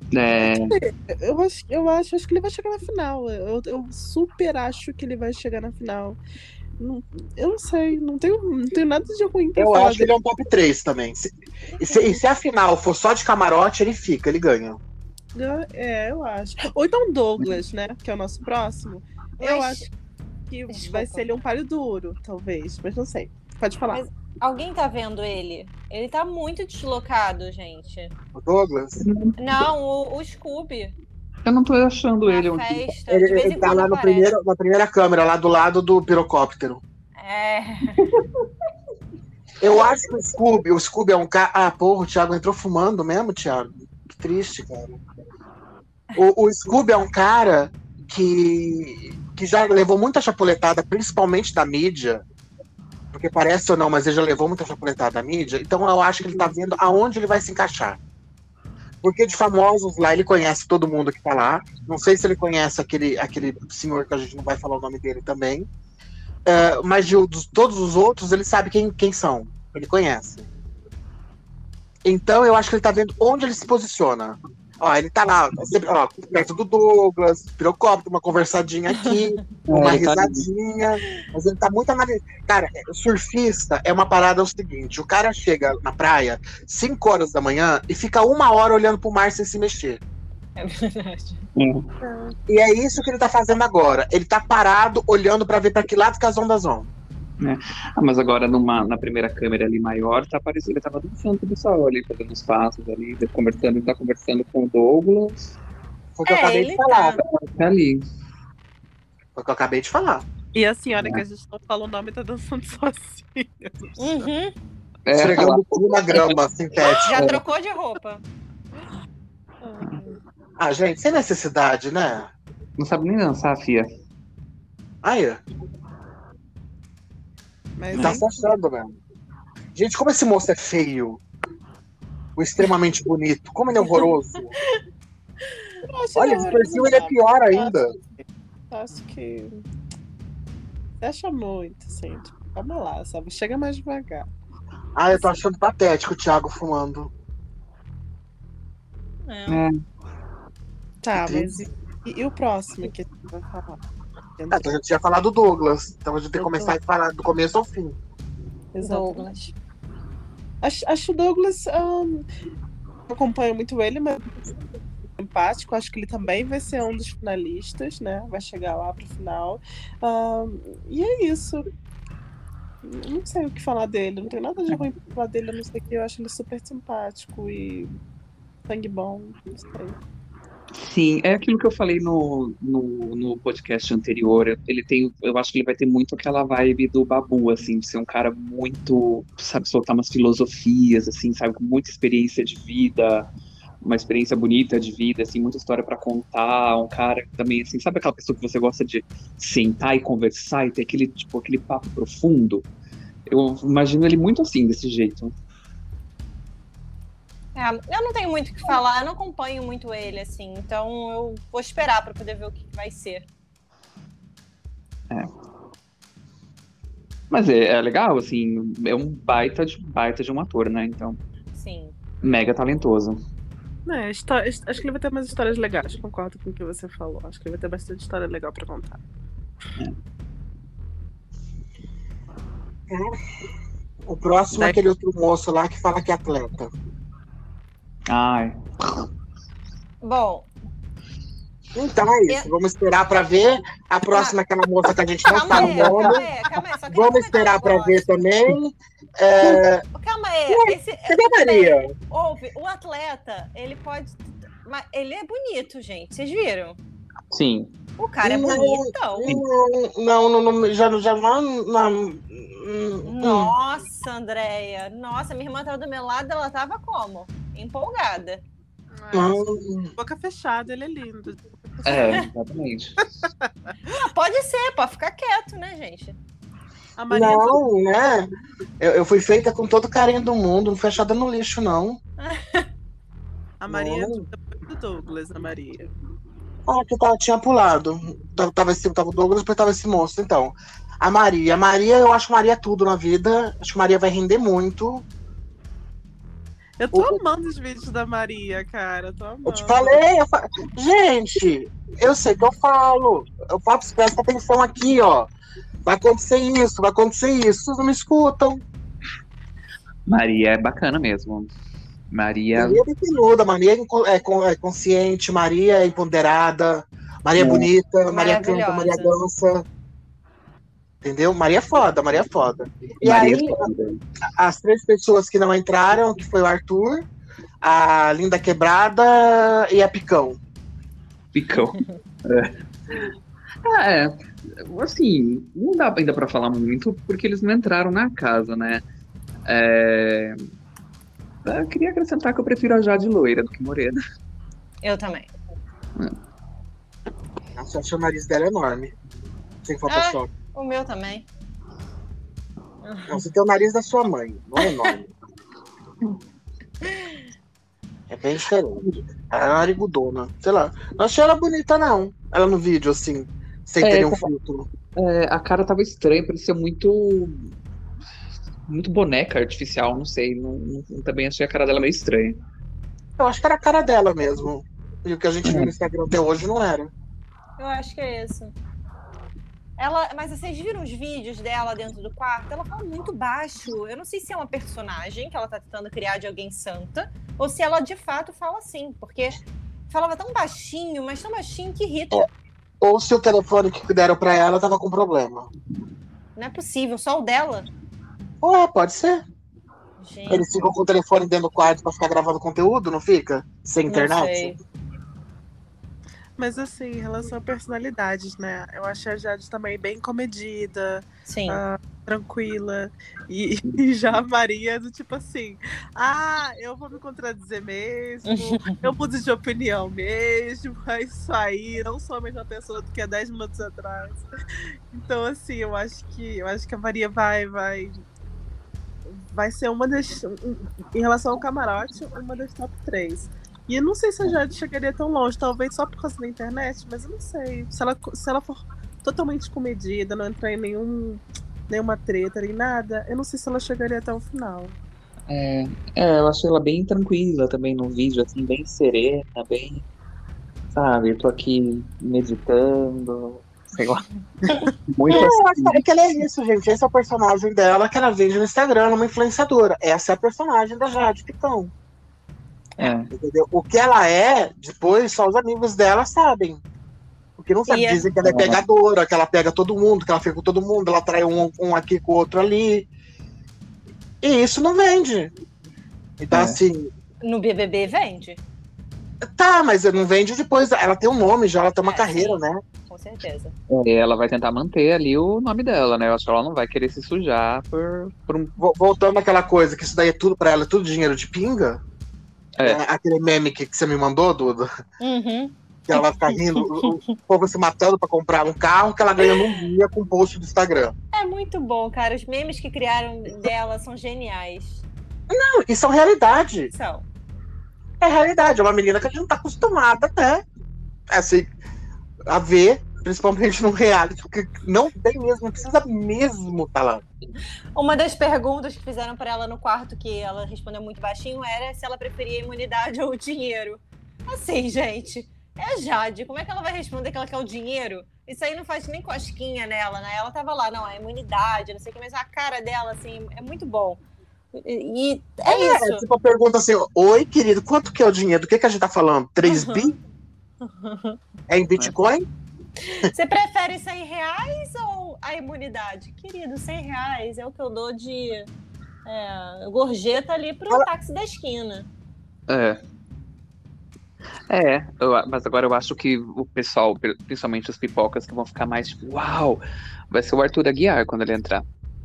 Eu acho que ele vai chegar na final. Eu super acho que ele vai chegar na final. Eu não sei, não tenho nada de ruim pra falar. Eu acho que ele é um top 3 também. Se a final for só de camarote, ele fica, ele ganha. Eu acho. Ou então Douglas, né? Que é o nosso próximo. Eu acho que vai ser ele um páreo duro, talvez. Mas não sei. Pode falar. Mas alguém tá vendo ele? Ele tá muito deslocado, gente. O Douglas? Não, o Scooby. Eu não tô achando ele. Festa, ele tá lá na primeira câmera, lá do lado do pirocóptero. Eu acho que o Scooby é um cara... Ah, porra, o Thiago entrou fumando mesmo, Thiago. Que triste, cara. O Scooby é um cara que já levou muita chapuletada, principalmente da mídia, porque parece ou não, mas ele já levou muita chapuletada da mídia, então eu acho que ele tá vendo aonde ele vai se encaixar. Porque de famosos lá, ele conhece todo mundo que tá lá, não sei se ele conhece aquele senhor que a gente não vai falar o nome dele também, mas de todos os outros, ele sabe quem são, ele conhece. Então eu acho que ele tá vendo onde ele se posiciona. Ó, ele tá lá, sempre, perto do Douglas, pirocóptero, uma conversadinha aqui, uma risadinha. Mas ele tá muito analisando. Cara, surfista é uma parada, o seguinte: o cara chega na praia 5 horas da manhã e fica 1 hora olhando pro mar sem se mexer. É verdade. E é isso que ele tá fazendo agora. Ele tá parado, olhando pra ver pra que lado que as ondas vão. Mas agora na primeira câmera ali maior, tá aparecendo, ele tava dançando com o pessoal ali, fazendo os passos ali, ele tá conversando com o Douglas. Foi o que eu acabei de falar. Tá ali. Foi o que eu acabei de falar. E a senhora que a gente não fala o nome tá dançando sozinha. Uhum. Esfregando tudo na grama sintética. Já trocou de roupa. Ah, gente, sem necessidade, né? Não sabe nem dançar, fia. Aí. Mas Tá se achando, mesmo. Gente, como esse moço é feio. O extremamente bonito. Como ele é horroroso. Olha, esse perfil ele é pior ainda. Acho que... Você acha muito, assim. Calma lá, sabe? Chega mais devagar. Ah, eu tô achando patético o Thiago fumando. É. Tá, Que mas e o próximo que a gente vai falar? Então a gente tinha falado do Douglas. Então a gente tem que começar a falar do começo ao fim. Exatamente. Acho o Douglas. Eu acompanho muito ele, mas empático. Acho que ele também vai ser um dos finalistas, né? Vai chegar lá pro final. E é isso. Eu não sei o que falar dele. Não tenho nada de ruim pra falar dele. Eu não sei o que. Eu acho ele super simpático e sangue bom. Não sei. Sim, é aquilo que eu falei no podcast anterior. Eu acho que ele vai ter muito aquela vibe do Babu, assim, de ser um cara muito, sabe, soltar umas filosofias, assim, sabe, com muita experiência de vida, uma experiência bonita de vida, assim, muita história pra contar, um cara que também, assim, sabe aquela pessoa que você gosta de sentar e conversar e ter aquele papo profundo? Eu imagino ele muito assim, desse jeito. Eu não tenho muito o que falar, eu não acompanho muito ele, assim, então eu vou esperar pra poder ver o que vai ser. Mas é legal, assim, é um baita de um ator, né? Então, Sim. mega talentoso. Acho que ele vai ter umas histórias legais, concordo com o que você falou. Acho que ele vai ter bastante história legal pra contar. O próximo é aquele outro moço lá que fala que é atleta. Ai. Bom. Então é isso. Vamos esperar pra ver. A próxima é aquela moça que a gente não sabe o nome. Calma aí. Vamos esperar pra ver também. Calma aí. Cadê a Maria? Ouve, o atleta, ele pode... Ele é bonito, gente. Vocês viram? Sim. O cara é bonitão. Não, já Nossa, Andréia. Nossa, minha irmã tava do meu lado, ela tava como? Empolgada. Boca fechada, ele é lindo. Exatamente. Pode ser, pode ficar quieto, né, gente? A Maria não, né? Eu fui feita com todo o carinho do mundo, não foi achada no lixo, não. A Maria do Douglas, a Maria. Que tinha pulado. Tava o Douglas, depois tava esse moço, então. A Maria, eu acho Maria tudo na vida. Acho que Maria vai render muito. Eu tô amando os vídeos da Maria, cara. Tô amando. Eu te falei, gente, eu sei que eu falo. Eu falo pra prestar atenção aqui, ó. Vai acontecer isso. Vocês não me escutam. Maria é bacana mesmo. Maria é definuda, Maria é consciente, Maria é empoderada, Maria é bonita, Maria canta, Maria dança. Entendeu? Maria é foda. E Maria aí, as 3 pessoas que não entraram, que foi o Arthur, a Linda Quebrada e a Picão. Assim, não dá ainda pra falar muito, porque eles não entraram na casa, né? Eu queria acrescentar que eu prefiro a Jade loira do que morena. Eu também. Nossa, eu acho o nariz dela enorme. Sem Photoshop. O meu também. Não, você tem o nariz da sua mãe, não é enorme. É bem diferente. Ela é narigudona. Sei lá. Não achei ela bonita, não. Ela no vídeo, assim, sem ter nenhum filtro. A cara tava estranha, parecia muito boneca artificial, não sei. Também achei a cara dela meio estranha. Eu acho que era a cara dela mesmo. E o que a gente viu no Instagram até hoje não era. Eu acho que é isso. Mas vocês viram os vídeos dela dentro do quarto? Ela fala muito baixo. Eu não sei se é uma personagem que ela tá tentando criar de alguém santa, ou se ela de fato fala assim, porque falava tão baixinho, mas tão baixinho que irrita. Ou se o telefone que deram pra ela tava com problema. Não é possível, só o dela. Pode ser. Gente. Eles ficam com o telefone dentro do quarto pra ficar gravando conteúdo, não fica? Sem internet? Não sei. Mas assim, em relação a personalidades, né? Eu achei a Jade também bem comedida. Sim. Tranquila. E já a Maria do tipo assim, eu vou me contradizer mesmo, eu mudo de opinião mesmo, é isso aí, não sou a mesma pessoa do que há 10 minutos atrás. Então, assim, eu acho que a Maria vai ser uma das, em relação ao camarote, uma das top 3. E eu não sei se a Jade chegaria tão longe, talvez só por causa da internet, mas eu não sei. Se ela for totalmente comedida, não entrar em nenhuma treta, nem nada, eu não sei se ela chegaria até o final. Eu achei ela bem tranquila também no vídeo, assim, bem serena, bem, sabe, eu tô aqui meditando, sei lá. Muito Eu assim. acho que ela é isso, gente. Esse é o personagem dela que ela vende no Instagram, uma influenciadora. Essa é a personagem da Jade Picão. Entendeu? O que ela é, depois só os amigos dela sabem. Porque não sabe, dizem que ela é pegadora, que ela pega todo mundo, que ela fica com todo mundo, ela trai um aqui com o outro ali. E isso não vende. Então, assim. No BBB vende? Tá, mas não vende depois. Ela tem um nome já, ela tem uma carreira, sim. né? Com certeza. Ela vai tentar manter ali o nome dela, né? Eu acho que ela não vai querer se sujar por um. Voltando àquela coisa, que isso daí é tudo pra ela, é tudo dinheiro de pinga. Aquele meme que você me mandou, Duda. Uhum. Que ela vai ficar rindo, o povo se matando pra comprar um carro que ela ganha num dia com um post do Instagram. É muito bom, cara. Os memes que criaram dela são geniais. Não, e são realidade. São. É realidade. É uma menina que a gente não tá acostumada, né? Assim, a ver, principalmente no reality, porque não tem mesmo, não precisa mesmo estar lá. Uma das perguntas que fizeram pra ela no quarto, que ela respondeu muito baixinho, era se ela preferia a imunidade ou o dinheiro. Assim, gente... É a Jade, como é que ela vai responder que ela quer o dinheiro? Isso aí não faz nem cosquinha nela, né? Ela tava lá, não, a imunidade, não sei o que, mas a cara dela, assim, é muito bom. E é isso. Tipo a pergunta assim, oi, querido, quanto que é o dinheiro? Do que a gente tá falando? 3 bi? É em Bitcoin? Você prefere 100 reais ou a imunidade? Querido, 100 reais é o que eu dou de gorjeta ali pro táxi da esquina. Mas agora eu acho que o pessoal, principalmente os pipocas, que vão ficar mais tipo, uau, vai ser o Arthur Aguiar quando ele entrar.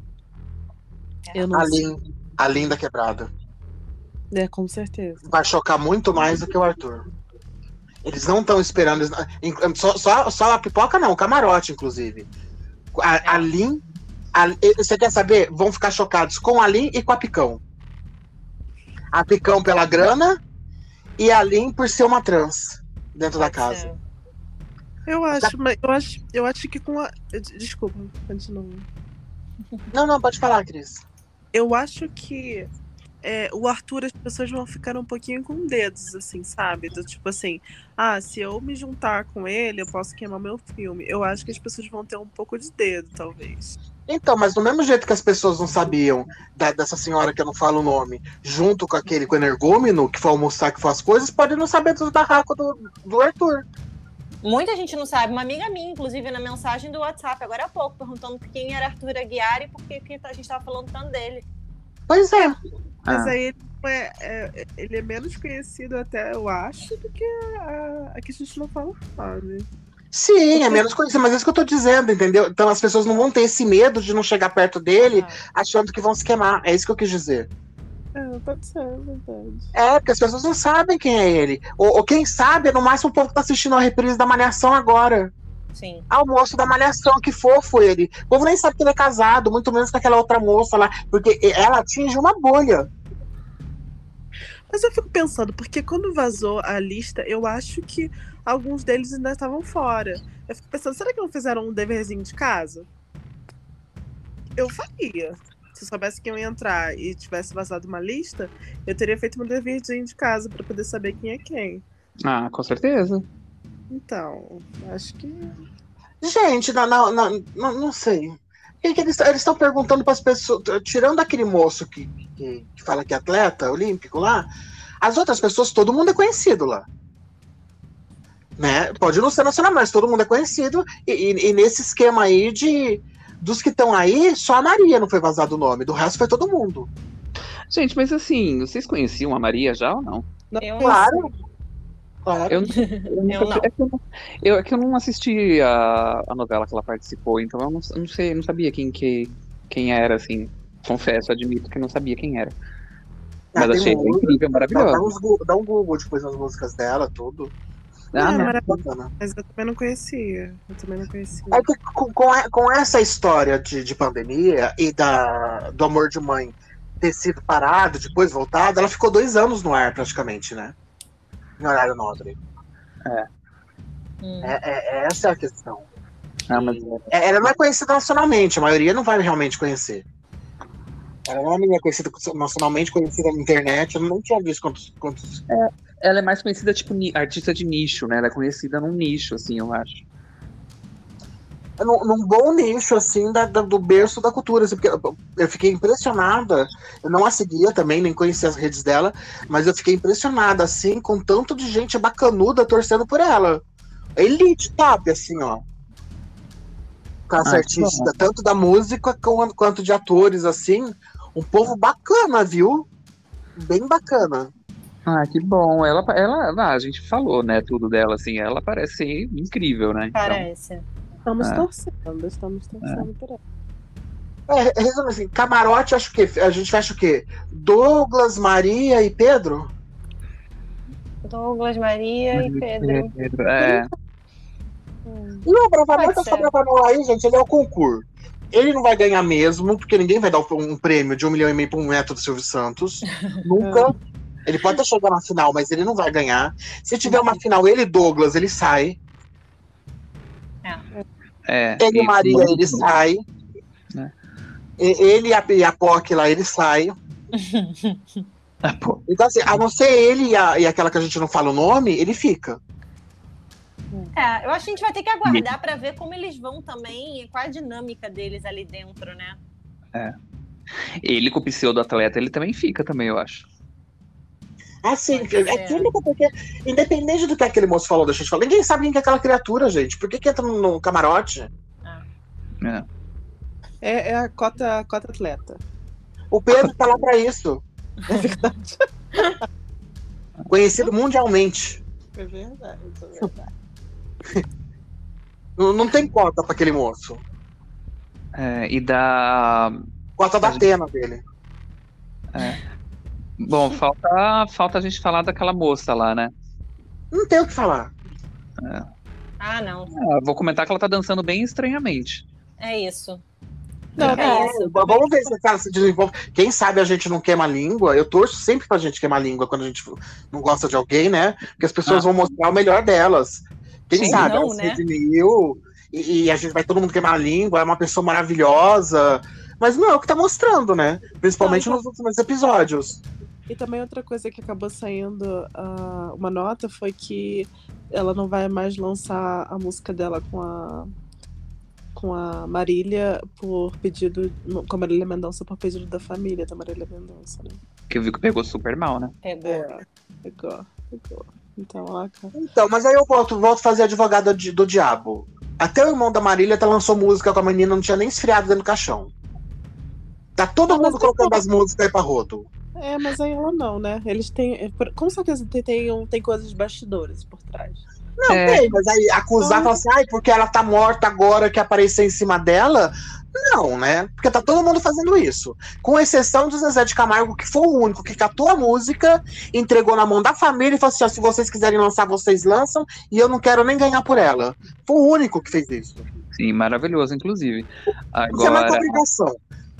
Eu não sei. A Linda Quebrada. Com certeza. Vai chocar muito mais do que o Arthur. Eles não estão esperando. Só a pipoca não, o camarote, inclusive. A Lin. Você quer saber? Vão ficar chocados com a Lin e com a Picão. A Picão pela grana. E a Lin por ser uma trans dentro da casa. Eu acho que com a... Desculpa, continua. Não, pode falar, Cris. Eu acho que o Arthur, as pessoas vão ficar um pouquinho com dedos, assim, sabe? Tipo assim, se eu me juntar com ele, eu posso queimar meu filme. Eu acho que as pessoas vão ter um pouco de dedo, talvez. Então, mas do mesmo jeito que as pessoas não sabiam dessa senhora que eu não falo o nome, junto com aquele com o energúmeno, que foi almoçar, que foi as coisas, pode não saber dos barracos do Arthur. Muita gente não sabe. Uma amiga minha, inclusive, na mensagem do WhatsApp, agora há pouco, perguntando quem era Arthur Aguiar e por que a gente tava falando tanto dele. Pois é. Mas aí ele é menos conhecido até, eu acho, do que a que a gente não fala, sabe? Sim, é menos conhecido, mas é isso que eu tô dizendo, entendeu? Então as pessoas não vão ter esse medo de não chegar perto dele achando que vão se queimar. É isso que eu quis dizer. Pode ser, é verdade. Porque as pessoas não sabem quem é ele. Ou quem sabe, no máximo o povo que tá assistindo a reprise da Malhação agora. Sim. O moço da Malhação, que fofo ele. O povo nem sabe que ele é casado, muito menos com aquela outra moça lá, porque ela atinge uma bolha. Mas eu fico pensando, porque quando vazou a lista, eu acho que alguns deles ainda estavam fora. Eu fico pensando, será que não fizeram um deverzinho de casa? Eu faria. Se eu soubesse que eu ia entrar e tivesse vazado uma lista, eu teria feito um deverzinho de casa pra poder saber quem é quem. Com certeza. Então, acho que... Gente, não sei. Eles estão perguntando para as pessoas, tirando aquele moço que fala que é atleta olímpico lá, as outras pessoas, todo mundo é conhecido lá. Né? Pode não ser nacional, mas todo mundo é conhecido. E nesse esquema aí dos que estão aí, só a Maria não foi vazado o nome, do resto foi todo mundo. Gente, mas assim, vocês conheciam a Maria já ou não? Claro. É que eu não assisti a novela que ela participou, então eu não sei, não sabia quem era, assim. Confesso, admito que não sabia quem era. Mas achei incrível, maravilhosa. Dá um Google depois nas músicas dela, tudo. Mas eu também não conhecia. É que com essa história de pandemia e do Amor de Mãe ter sido parado, depois voltado, ela ficou 2 anos no ar praticamente, né? Em horário nobre. Essa é a questão. Mas Ela não é conhecida nacionalmente, a maioria não vai realmente conhecer. Ela não é uma menina conhecida nacionalmente, conhecida na internet, eu não tinha visto quantos... ela é mais conhecida, tipo, artista de nicho, né? Ela é conhecida num nicho, assim, eu acho. Num bom nicho, assim, do berço da cultura, assim, porque eu fiquei impressionada, eu não a seguia também, nem conhecia as redes dela, mas eu fiquei impressionada, assim, com tanto de gente bacanuda torcendo por ela. Elite top, assim, ó. Classe artística, tanto da música quanto de atores, assim, um povo bacana, viu? Bem bacana. Que bom. Ela, a gente falou, né, tudo dela, assim, ela parece ser incrível, né? Então, Parece. Estamos torcendo por ela. Resumindo assim, camarote, acho que a gente fecha o quê? Douglas, Maria e Pedro? Douglas, Maria e Pedro. E o Bravanel Pode tá só Bravanel aí, gente, ele é o concurso. Ele não vai ganhar mesmo, porque ninguém vai dar um prêmio de 1,5 milhão pra um neto do Silvio Santos. Nunca. Ele pode até chegar na final, mas ele não vai ganhar. Se tiver uma final, ele e Douglas, ele sai. Ele e Maria, ele sai. Ele e a POC lá, ele sai. Então, assim, a não ser ele e aquela que a gente não fala o nome, ele fica. Eu acho que a gente vai ter que aguardar para ver como eles vão também e qual a dinâmica deles ali dentro, né? Ele com o pseudo-atleta, ele também fica também, eu acho. Assim, porque independente do que aquele moço falou, deixa eu te falar, ninguém sabe quem é aquela criatura, gente. Por que entra no camarote? É a cota atleta. O Pedro tá lá pra isso. É verdade. Conhecido mundialmente. É verdade. Não tem cota pra aquele moço. E da... Cota da Atena dele. Bom, falta a gente falar daquela moça lá, né? Não tem o que falar. Não. Vou comentar que ela tá dançando bem estranhamente. É isso. Vamos ver se ela se desenvolve. Quem sabe a gente não queima a língua. Eu torço sempre pra gente queimar a língua quando a gente não gosta de alguém, né? Porque as pessoas vão mostrar o melhor delas. Quem sabe ela se redimiu e a gente vai todo mundo queimar a língua, é uma pessoa maravilhosa. Mas não é o que tá mostrando, né? Principalmente nos últimos episódios. E também outra coisa que acabou saindo uma nota foi que ela não vai mais lançar a música dela com a Marília por pedido, com a Marília Mendonça por pedido da família da Marília Mendonça, né? Que eu vi que pegou super mal, né? Pegou. Então, mas aí eu volto a fazer advogada do diabo. Até o irmão da Marília lançou música com a menina, não tinha nem esfriado dentro do caixão. Tá todo mundo colocando as músicas aí pra rodo. Mas aí ela não, né? Eles têm. Com certeza tem coisas de bastidores por trás. Não, tem, mas aí acusar, falar assim, porque ela tá morta agora que apareceu em cima dela. Não, né? Porque tá todo mundo fazendo isso. Com exceção do Zezé de Camargo, que foi o único que catou a música, entregou na mão da família e falou assim, se vocês quiserem lançar, vocês lançam, e eu não quero nem ganhar por ela. Foi o único que fez isso. Sim, maravilhoso, inclusive. Isso é uma obrigação.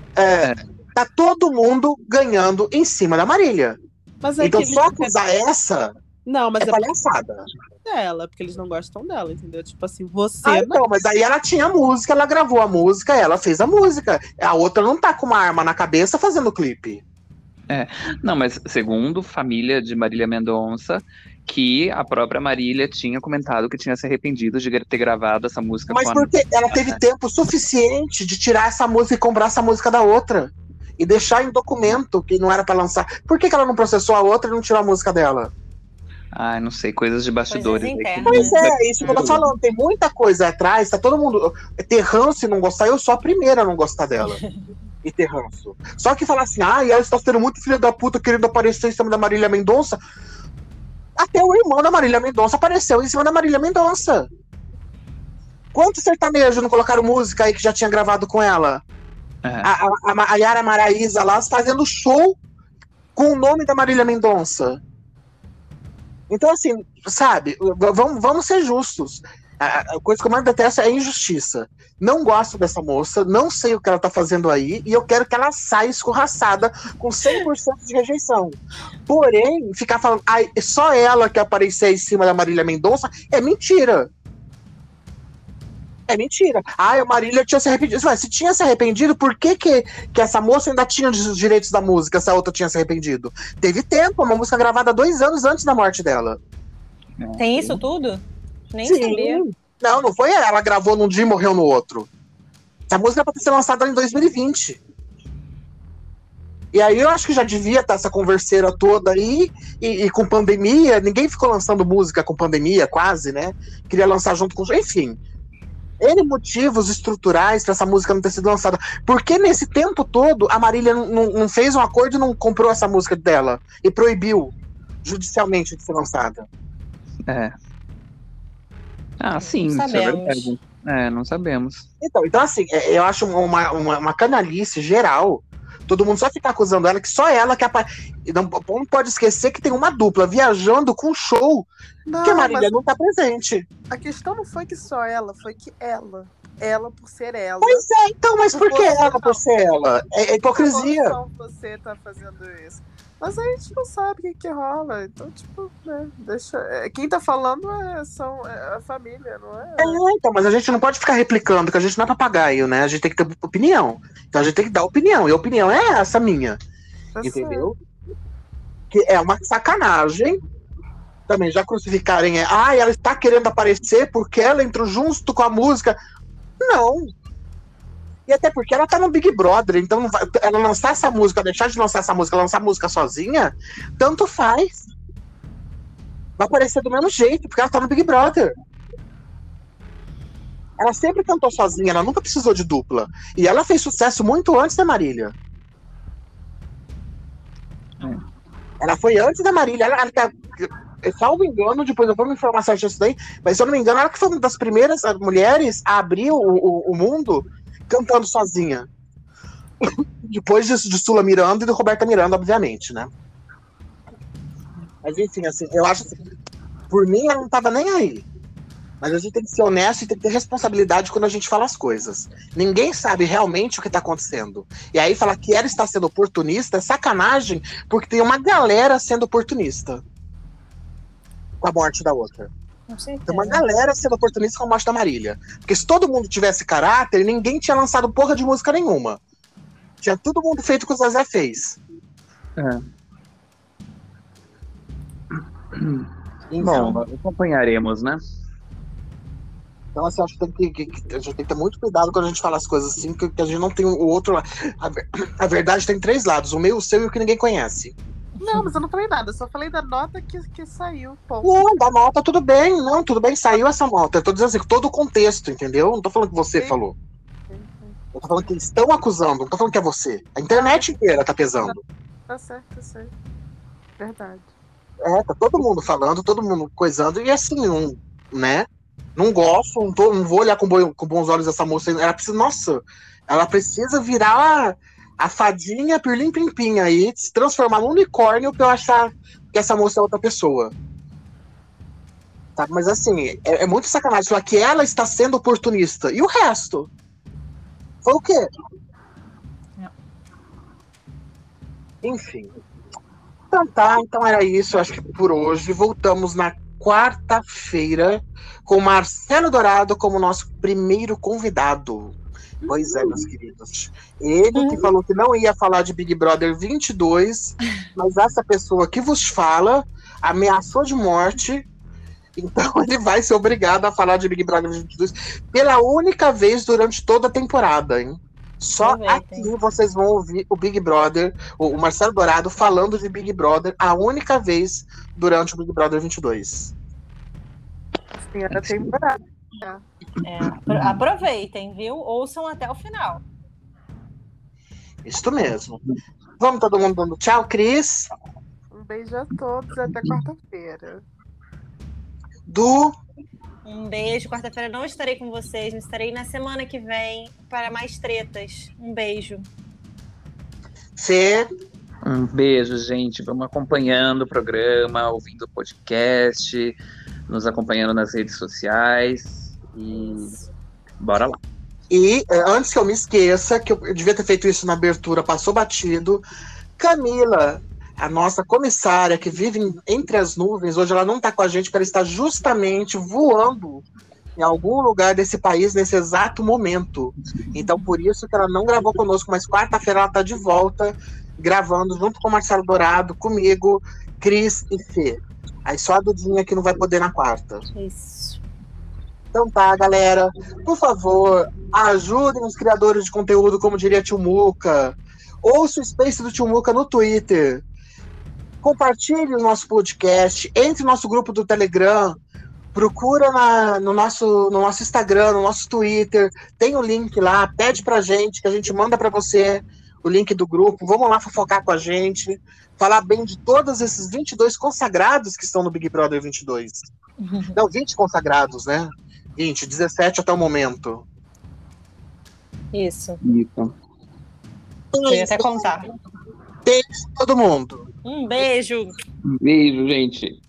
Tá todo mundo ganhando em cima da Marília. Mas então só acusar essa mas palhaçada. Dela, porque eles não gostam dela, entendeu? Tipo assim, você... então, mas aí ela tinha música, ela gravou a música, ela fez a música. A outra não tá com uma arma na cabeça fazendo clipe. Não, mas segundo família de Marília Mendonça, que a própria Marília tinha comentado que tinha se arrependido de ter gravado essa música. Mas porque ela teve tempo suficiente de tirar essa música e comprar essa música da outra. E deixar em documento que não era pra lançar. Por que ela não processou a outra e não tirou a música dela? Não sei, coisas de bastidores. Pois isso que eu tô falando. Tem muita coisa atrás, tá todo mundo... Ter ranço e não gostar, eu sou a primeira a não gostar dela. E ter ranço. Só que falar assim, ela está sendo muito filha da puta querendo aparecer em cima da Marília Mendonça. Até o irmão da Marília Mendonça apareceu em cima da Marília Mendonça. Quantos sertanejos não colocaram música aí que já tinha gravado com ela? A Yara Maraíza lá fazendo show com o nome da Marília Mendonça. Então, assim, sabe, vamos ser justos. A coisa que eu mais detesto é a injustiça. Não gosto dessa moça, não sei o que ela tá fazendo aí, e eu quero que ela saia escorraçada com 100% de rejeição. Porém, ficar falando, só ela que apareceu em cima da Marília Mendonça, é mentira. É mentira. A Marília tinha se arrependido. Ué, se tinha se arrependido, por que essa moça ainda tinha os direitos da música se a outra tinha se arrependido? Teve tempo, uma música gravada 2 anos antes da morte dela. Tem isso tudo? Nem Sim. sabia. Não foi ela gravou num dia e morreu no outro. Essa música era pra ter sido lançada em 2020. E aí eu acho que já devia estar essa converseira toda aí, e com pandemia, ninguém ficou lançando música com pandemia, quase, né? Queria lançar junto com... Enfim, N motivos estruturais para essa música não ter sido lançada. Porque nesse tempo todo, a Marília não fez um acordo e não comprou essa música dela, e proibiu judicialmente de ser lançada. Sim, isso é verdade. Não sabemos. Então assim, eu acho uma canalice geral. Todo mundo só fica acusando ela, que só ela que não pode esquecer que tem uma dupla viajando com show que a Marília não tá presente. A questão não foi que só ela, foi que ela por ser ela. Pois é, então, mas por que ela por ser ela? É hipocrisia. Você tá fazendo isso. Mas a gente não sabe o que rola. Então, tipo, né, deixa. Quem tá falando são a família, não é? Então, mas a gente não pode ficar replicando, que a gente não é papagaio, né? A gente tem que ter opinião. Então a gente tem que dar opinião. E a opinião é essa minha. Entendeu? Que é uma sacanagem. Também já crucificarem. Ela está querendo aparecer porque ela entrou junto com a música. Não. E até porque ela tá no Big Brother, então não vai, ela lançar essa música, deixar de lançar essa música, lançar a música sozinha, tanto faz. Vai aparecer do mesmo jeito, porque ela tá no Big Brother. Ela sempre cantou sozinha, ela nunca precisou de dupla. E ela fez sucesso muito antes da Marília. Ela foi antes da Marília. Salvo engano, depois eu vou me informar certinho isso daí, mas se eu não me engano, ela que foi uma das primeiras mulheres a abrir o mundo cantando sozinha. Depois de Sula Miranda e do Roberta Miranda, obviamente, né? Mas enfim, assim, eu acho assim, por mim ela não tava nem aí. Mas a gente tem que ser honesto e tem que ter responsabilidade quando a gente fala as coisas. Ninguém sabe realmente o que tá acontecendo. E aí falar que ela está sendo oportunista é sacanagem, porque tem uma galera sendo oportunista com a morte da outra. Tem uma galera sendo oportunista com a morte da Marília. Porque se todo mundo tivesse caráter, ninguém tinha lançado porra de música nenhuma. Tinha todo mundo feito o que o Zezé fez. Bom, acompanharemos, né? Então, assim, acho que a gente tem que ter muito cuidado quando a gente fala as coisas assim, que a gente não tem o outro lado. A verdade tem 3 lados, o meu, o seu e o que ninguém conhece. Não, mas eu não falei nada, eu só falei da nota que saiu. Ponto. Não, da nota tudo bem, tudo bem, saiu essa nota. Eu tô dizendo assim, todo o contexto, entendeu? Não tô falando que você falou. Eu tô falando que eles estão acusando, não tô falando que é você. A internet inteira tá pesando. Tá certo. Verdade. Tá todo mundo falando, todo mundo coisando, e assim, né? Não gosto, não vou olhar com bons olhos essa moça. Ela precisa virar a fadinha pirlim pim aí, se transformar num unicórnio pra eu achar que essa moça é outra pessoa. Tá? Mas assim, é muito sacanagem falar que ela está sendo oportunista. E o resto? Foi o quê? Não. Enfim. Então era isso, acho que por hoje. Voltamos na quarta-feira com Marcelo Dourado como nosso primeiro convidado. Pois é, meus queridos. Ele que falou que não ia falar de Big Brother 22, mas essa pessoa que vos fala ameaçou de morte, então ele vai ser obrigado a falar de Big Brother 22 pela única vez durante toda a temporada, hein? Só aqui vocês vão ouvir o Big Brother, o Marcelo Dourado falando de Big Brother a única vez durante o Big Brother 22. Senhora temporada. Aproveitem, viu? Ouçam até o final. Isso mesmo. Vamos todo mundo dando tchau, Cris. Um beijo a todos, até quarta-feira. Um beijo. Quarta-feira não estarei com vocês, estarei na semana que vem para mais tretas. Um beijo. Fê. Um beijo, gente. Vamos acompanhando o programa, ouvindo o podcast, nos acompanhando nas redes sociais. E bora lá. E antes que eu me esqueça, que eu devia ter feito isso na abertura, passou batido, Camila, a nossa comissária que vive entre as nuvens, hoje ela não está com a gente, porque ela está justamente voando em algum lugar desse país nesse exato momento. Então, por isso que ela não gravou conosco, mas quarta-feira ela tá de volta, gravando junto com o Marcelo Dourado, comigo, Cris e Fê. Aí só a Dudinha que não vai poder na quarta. Isso. Então tá, galera. Por favor, ajudem os criadores de conteúdo, como diria Tio Muca. Ouça o Space do Tio Muca no Twitter. Compartilhe o nosso podcast. Entre no nosso grupo do Telegram. Procura no nosso Instagram, no nosso Twitter. Tem o link lá. Pede pra gente, que a gente manda pra você o link do grupo. Vamos lá fofocar com a gente. Falar bem de todos esses 22 consagrados que estão no Big Brother 22. Não, 20 consagrados, né? 20, 17 até o momento. Isso. Isso. Eu ia até contar. Beijo pra todo mundo. Um beijo. Beijo, gente.